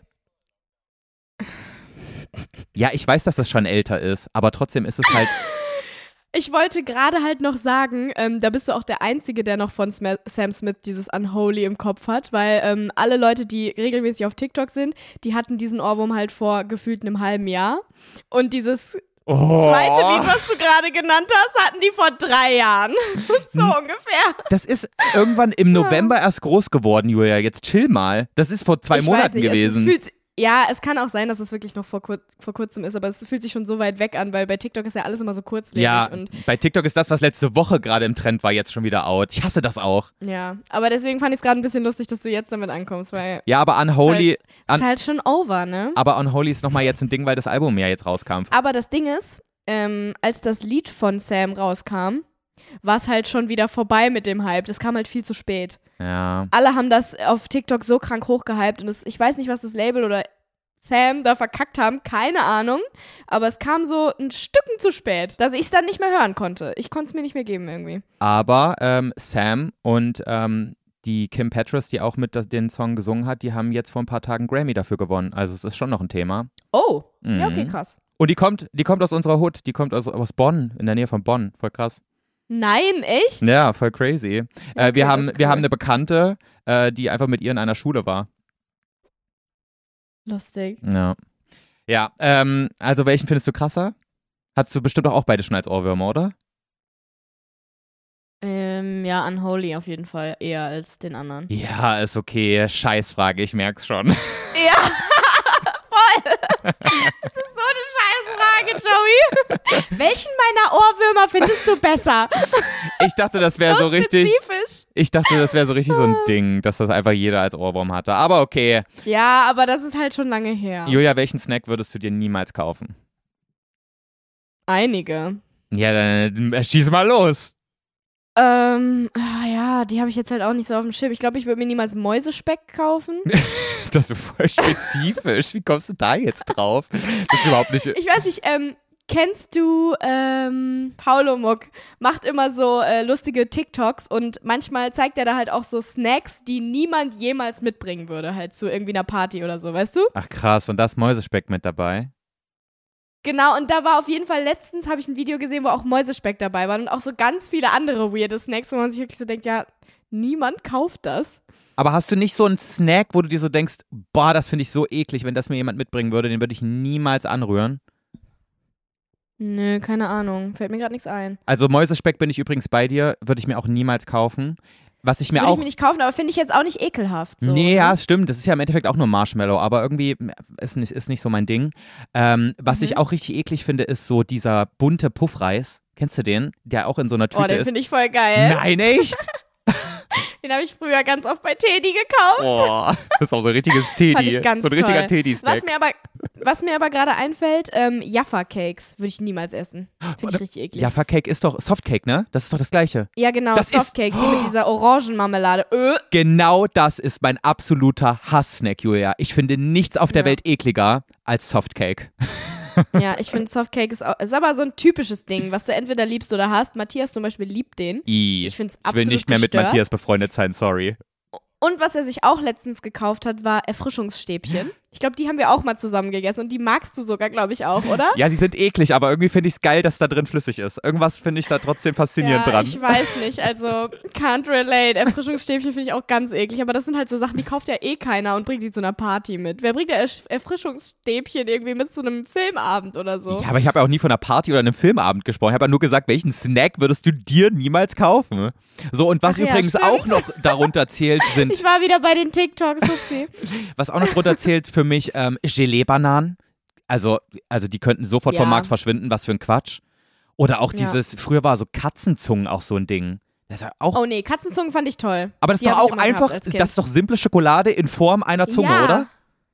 Ja, ich weiß, dass das schon älter ist, aber trotzdem ist es halt. Ich wollte gerade halt noch sagen, ähm, da bist du auch der Einzige, der noch von Sma- Sam Smith dieses Unholy im Kopf hat, weil ähm, alle Leute, die regelmäßig auf TikTok sind, die hatten diesen Ohrwurm halt vor gefühlt einem halben Jahr. Und dieses Oh, zweite Lied, was du gerade genannt hast, hatten die vor drei Jahren. So ungefähr. das ist irgendwann im November erst groß geworden, Julia. Jetzt chill mal. Das ist vor zwei Ich Monaten weiß nicht, gewesen. Es, es fühlt, ja, es kann auch sein, dass es wirklich noch vor, kur vor kurzem ist, aber es fühlt sich schon so weit weg an, weil bei TikTok ist ja alles immer so kurzlebig. Ja, Und, bei TikTok ist das, was letzte Woche gerade im Trend war, jetzt schon wieder out. Ich hasse das auch. ja, aber deswegen fand ich es gerade ein bisschen lustig, dass du jetzt damit ankommst, weil Ja, aber Unholy, es ist un halt schon over, ne? aber Unholy ist nochmal jetzt ein Ding, weil das Album ja jetzt rauskam. Aber das Ding ist, ähm, als das Lied von Sam rauskam, war es halt schon wieder vorbei mit dem Hype. Das kam halt viel zu spät. Ja. Alle haben das auf TikTok so krank hochgehypt und es, ich weiß nicht, was das Label oder Sam da verkackt haben, keine Ahnung, aber es kam so ein Stücken zu spät, dass ich es dann nicht mehr hören konnte. Ich konnte es mir nicht mehr geben irgendwie. Aber ähm, Sam und ähm, die Kim Petras, die auch mit das, den Song gesungen hat, die haben jetzt vor ein paar Tagen Grammy dafür gewonnen. Also es ist schon noch ein Thema. Oh, Mhm. ja, okay, krass. Und die kommt, die kommt aus unserer Hood, die kommt aus, aus Bonn, in der Nähe von Bonn. Voll krass. Nein, echt? Ja, voll crazy. äh, Okay, wir das haben, ist wir cool. haben eine Bekannte, äh, die einfach mit ihr in einer Schule war. Lustig. Ja. Ja, ähm, also welchen findest du krasser? Hattest du bestimmt auch beide schon als Ohrwürmer, oder? Ähm, ja, Unholy auf jeden Fall, eher als den anderen. Ja, ist okay. Scheißfrage, ich merk's schon. Ja, voll. Das ist so eine Scheißfrage, Joey. Welchen meiner Ohrwürmer findest du besser? Ich dachte, das wäre so, richtig. Spezifisch. Ich dachte, das wäre so richtig so ein Ding, dass das einfach jeder als Ohrwurm hatte. Aber okay. Ja, aber das ist halt schon lange her. Julia, welchen Snack würdest du dir niemals kaufen? Einige. Ja, dann äh, schieß mal los. Ähm, ah, ja, die habe ich jetzt halt auch nicht so auf dem Schirm. Ich glaube, ich würde mir niemals Mäusespeck kaufen. Das ist voll spezifisch. Wie kommst du da jetzt drauf? Das ist überhaupt nicht. Ich weiß nicht, ähm, kennst du ähm, Paulo Muck? Macht immer so äh, lustige TikToks und manchmal zeigt er da halt auch so Snacks, die niemand jemals mitbringen würde, halt zu irgendwie einer Party oder so, weißt du? Ach krass, und da ist Mäusespeck mit dabei? Genau, und da war auf jeden Fall letztens, habe ich ein Video gesehen, wo auch Mäusespeck dabei war und auch so ganz viele andere weirde Snacks, wo man sich wirklich so denkt, ja, niemand kauft das. Aber hast du nicht so einen Snack, wo du dir so denkst, boah, das finde ich so eklig, wenn das mir jemand mitbringen würde, den würde ich niemals anrühren? Nö, keine Ahnung, fällt mir gerade nichts ein. Also Mäusespeck bin ich übrigens bei dir, würde ich mir auch niemals kaufen. Was ich mir Würde auch ich mir nicht kaufen, aber finde ich jetzt auch nicht ekelhaft. So. Nee, ja, es stimmt. Das ist ja im Endeffekt auch nur Marshmallow, aber irgendwie ist nicht, ist nicht so mein Ding. Ähm, was Mhm. ich auch richtig eklig finde, ist so dieser bunte Puffreis. Kennst du den? Der auch in so einer Tüte Oh, den ist. finde ich voll geil. Nein, echt? Den habe ich früher ganz oft bei Teddy gekauft. Boah, das ist auch so ein richtiges Teddy. Fand ich ganz so ein richtiger toll. Teddy-Snack. Was mir aber, was mir aber gerade einfällt, ähm, Jaffa-Cakes würde ich niemals essen. Finde ich richtig eklig. Jaffa Cake ist doch Softcake, ne? Das ist doch das Gleiche. Ja, genau, Das ist- Softcakes, die mit dieser Orangenmarmelade. Ö. Genau das ist mein absoluter Hass-Snack, Julia. Ich finde nichts auf der Ja. Welt ekliger als Softcake. Ja, ich finde Softcake ist, auch, ist aber so ein typisches Ding, was du entweder liebst oder hast. Matthias zum Beispiel liebt den. I. Ich finde es Ich will absolut nicht mehr mit gestört. Matthias befreundet sein, sorry. Und was er sich auch letztens gekauft hat, war Erfrischungsstäbchen. Ich glaube, die haben wir auch mal zusammen gegessen und die magst du sogar, glaube ich, auch, oder? Ja, sie sind eklig, aber irgendwie finde ich es geil, dass da drin flüssig ist. Irgendwas finde ich da trotzdem faszinierend ja, dran. ich weiß nicht, also can't relate. Erfrischungsstäbchen finde ich auch ganz eklig, aber das sind halt so Sachen, die kauft ja eh keiner und bringt die zu einer Party mit. Wer bringt ja Erf- Erfrischungsstäbchen irgendwie mit zu einem Filmabend oder so? Ja, aber ich habe ja auch nie von einer Party oder einem Filmabend gesprochen. Ich habe ja nur gesagt, welchen Snack würdest du dir niemals kaufen? So, und was Ach ja, übrigens stimmt. auch noch darunter zählt, sind, Ich war wieder bei den TikToks, upsie. was auch noch drunter zählt für mich, ähm, Gelee-Bananen. Also, also die könnten sofort vom Ja. Markt verschwinden, was für ein Quatsch. Oder auch Ja. dieses, früher war so Katzenzungen auch so ein Ding. Das ist ja auch, Oh nee, Katzenzungen fand ich toll. aber das die ist doch hab ich auch immer einfach, gehabt als Kind. das ist doch simple Schokolade in Form einer Zunge, Ja. oder?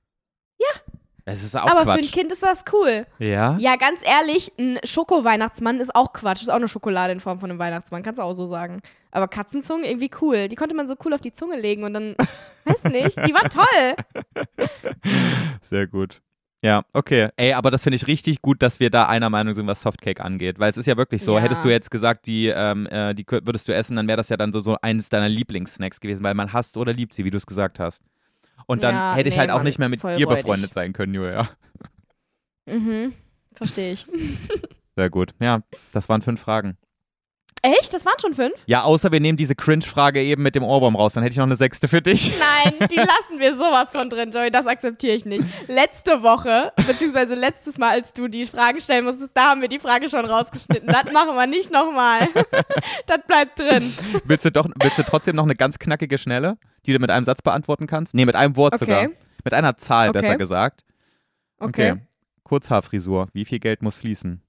Das ist auch Aber für Quatsch. ein Kind ist das cool. Ja? Ja, ganz ehrlich, ein Schoko-Weihnachtsmann ist auch Quatsch. Ist auch eine Schokolade in Form von einem Weihnachtsmann, kannst du auch so sagen. Aber Katzenzungen irgendwie cool. Die konnte man so cool auf die Zunge legen und dann, weiß nicht, die war toll. Sehr gut. Ja, okay. Ey, aber das finde ich richtig gut, dass wir da einer Meinung sind, was Softcake angeht. Weil es ist ja wirklich so, Ja. hättest du jetzt gesagt, die, ähm, äh, die kö- würdest du essen, dann wäre das ja dann so, so eines deiner Lieblingssnacks gewesen, weil man hasst oder liebt sie, wie du es gesagt hast. Und dann Ja, hätte ich nee, halt auch Mann, nicht mehr mit voll dir räudig. befreundet sein können, Julia. Mhm, verstehe ich. Sehr gut. Ja, das waren fünf Fragen. Echt? Das waren schon fünf? Ja, außer wir nehmen diese Cringe-Frage eben mit dem Ohrwurm raus, dann hätte ich noch eine sechste für dich. Nein, die lassen wir sowas von drin, Joey. Das akzeptiere ich nicht. Letzte Woche, beziehungsweise letztes Mal, als du die Fragen stellen musstest, da haben wir die Frage schon rausgeschnitten. Das machen wir nicht nochmal. Das bleibt drin. Willst du, doch, willst du trotzdem noch eine ganz knackige Schnelle, die du mit einem Satz beantworten kannst? Nee, mit einem Wort Okay. sogar. Mit einer Zahl, Okay. besser gesagt. Okay. Kurzhaarfrisur. Wie viel Geld muss fließen?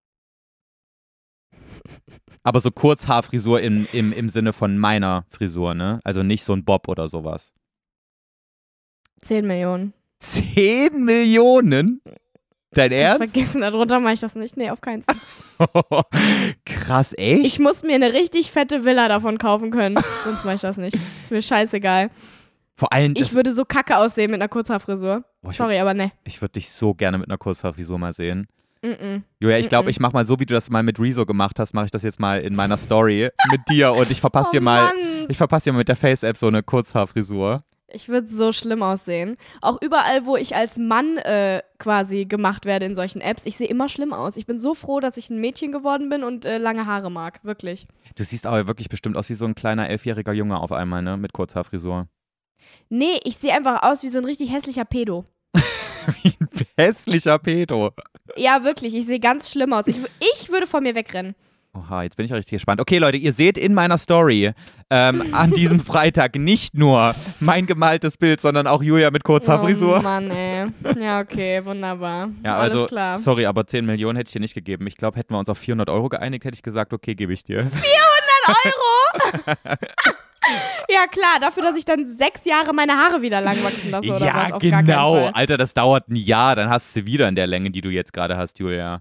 Aber so Kurzhaarfrisur im, im, im Sinne von meiner Frisur, ne? Also nicht so ein Bob oder sowas. Zehn Millionen. Zehn Millionen? Dein Ernst? Vergessen, darunter mache ich das nicht. Nee, auf keinen Fall. Krass, echt? Ich muss mir eine richtig fette Villa davon kaufen können. Sonst mache ich das nicht. Ist mir scheißegal. Vor allem, das, Ich würde so kacke aussehen mit einer Kurzhaarfrisur. Boah, ich Sorry, aber ne. ich würde dich so gerne mit einer Kurzhaarfrisur mal sehen. Mm-mm. Julia, ich glaube, Mm-mm. ich mache mal so, wie du das mal mit Rezo gemacht hast, mache ich das jetzt mal in meiner Story mit dir und ich verpasse Oh dir mal, Mann. ich verpasse dir mal mit der Face-App so eine Kurzhaarfrisur. Ich würde so schlimm aussehen. Auch überall, wo ich als Mann äh, quasi gemacht werde in solchen Apps, ich sehe immer schlimm aus. Ich bin so froh, dass ich ein Mädchen geworden bin und äh, lange Haare mag. Wirklich. Du siehst aber wirklich bestimmt aus wie so ein kleiner elfjähriger Junge auf einmal, ne? Mit Kurzhaarfrisur. Nee, ich sehe einfach aus wie so ein richtig hässlicher Pedo. Wie ein hässlicher Pedo. Ja, wirklich. Ich sehe ganz schlimm aus. Ich, w- ich würde vor mir wegrennen. Oha, jetzt bin ich ja richtig gespannt. Okay, Leute, ihr seht in meiner Story ähm, an diesem Freitag nicht nur mein gemaltes Bild, sondern auch Julia mit Kurzhaarfrisur. Oh Mann, ey. Ja, okay, wunderbar. Ja, Alles also, klar. sorry, aber zehn Millionen hätte ich dir nicht gegeben. Ich glaube, hätten wir uns auf vierhundert Euro geeinigt, hätte ich gesagt, okay, gebe ich dir. Euro? Ja, klar, dafür, dass ich dann sechs Jahre meine Haare wieder lang wachsen lasse oder was? Ja, Auf gar keinen genau. Fall. Alter, das dauert ein Jahr, dann hast du sie wieder in der Länge, die du jetzt gerade hast, Julia.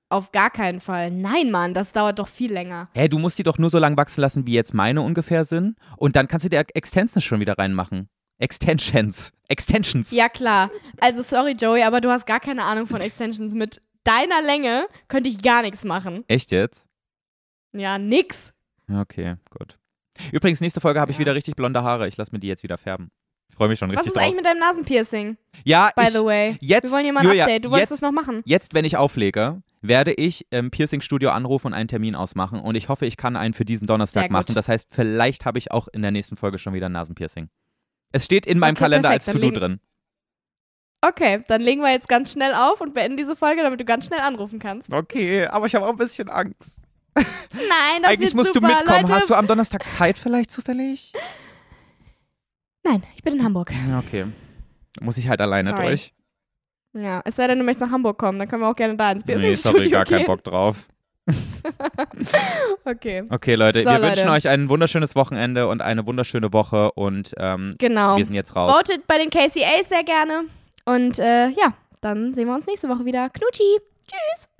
Auf gar keinen Fall. Nein, Mann, das dauert doch viel länger. Hä, du musst die doch nur so lang wachsen lassen, wie jetzt meine ungefähr sind. Und dann kannst du dir Extensions schon wieder reinmachen. Extensions. Extensions. Ja, klar. Also sorry, Joey, aber du hast gar keine Ahnung von Extensions. Mit deiner Länge könnte ich gar nichts machen. Echt jetzt? Ja, nix. Okay, gut. Übrigens, nächste Folge habe ich Ja. wieder richtig blonde Haare. Ich lasse mir die jetzt wieder färben. Ich freue mich schon Was richtig ist drauf. eigentlich mit deinem Nasenpiercing, Ja, by ich, the way? jetzt, Wir wollen hier mal ein Julia, Update. Du wolltest jetzt, das noch machen. Jetzt, wenn ich auflege, werde ich im Piercing-Studio anrufen und einen Termin ausmachen. Und ich hoffe, ich kann einen für diesen Donnerstag Sehr gut. machen. Das heißt, vielleicht habe ich auch in der nächsten Folge schon wieder ein Nasenpiercing. Es steht in meinem Okay, Kalender perfekt, als dann To-Do legen- drin. Okay, dann legen wir jetzt ganz schnell auf und beenden diese Folge, damit du ganz schnell anrufen kannst. Okay, aber ich habe auch ein bisschen Angst. Nein, das Eigentlich wird musst super, du mitkommen. Leute. Hast du am Donnerstag Zeit vielleicht zufällig? Nein, ich bin in Hamburg. Ja, okay. Muss ich halt alleine Sorry. durch. Ja, es sei denn, du möchtest nach Hamburg kommen, dann können wir auch gerne da ins Nee, Piercing-Studio sorry, gar gehen. keinen Bock drauf. Okay, Okay, Leute, So, wir Leute. wünschen euch ein wunderschönes Wochenende und eine wunderschöne Woche und ähm, genau. wir sind jetzt raus. Votet bei den K C As sehr gerne. Und äh, ja, dann sehen wir uns nächste Woche wieder. Knutschi. Tschüss.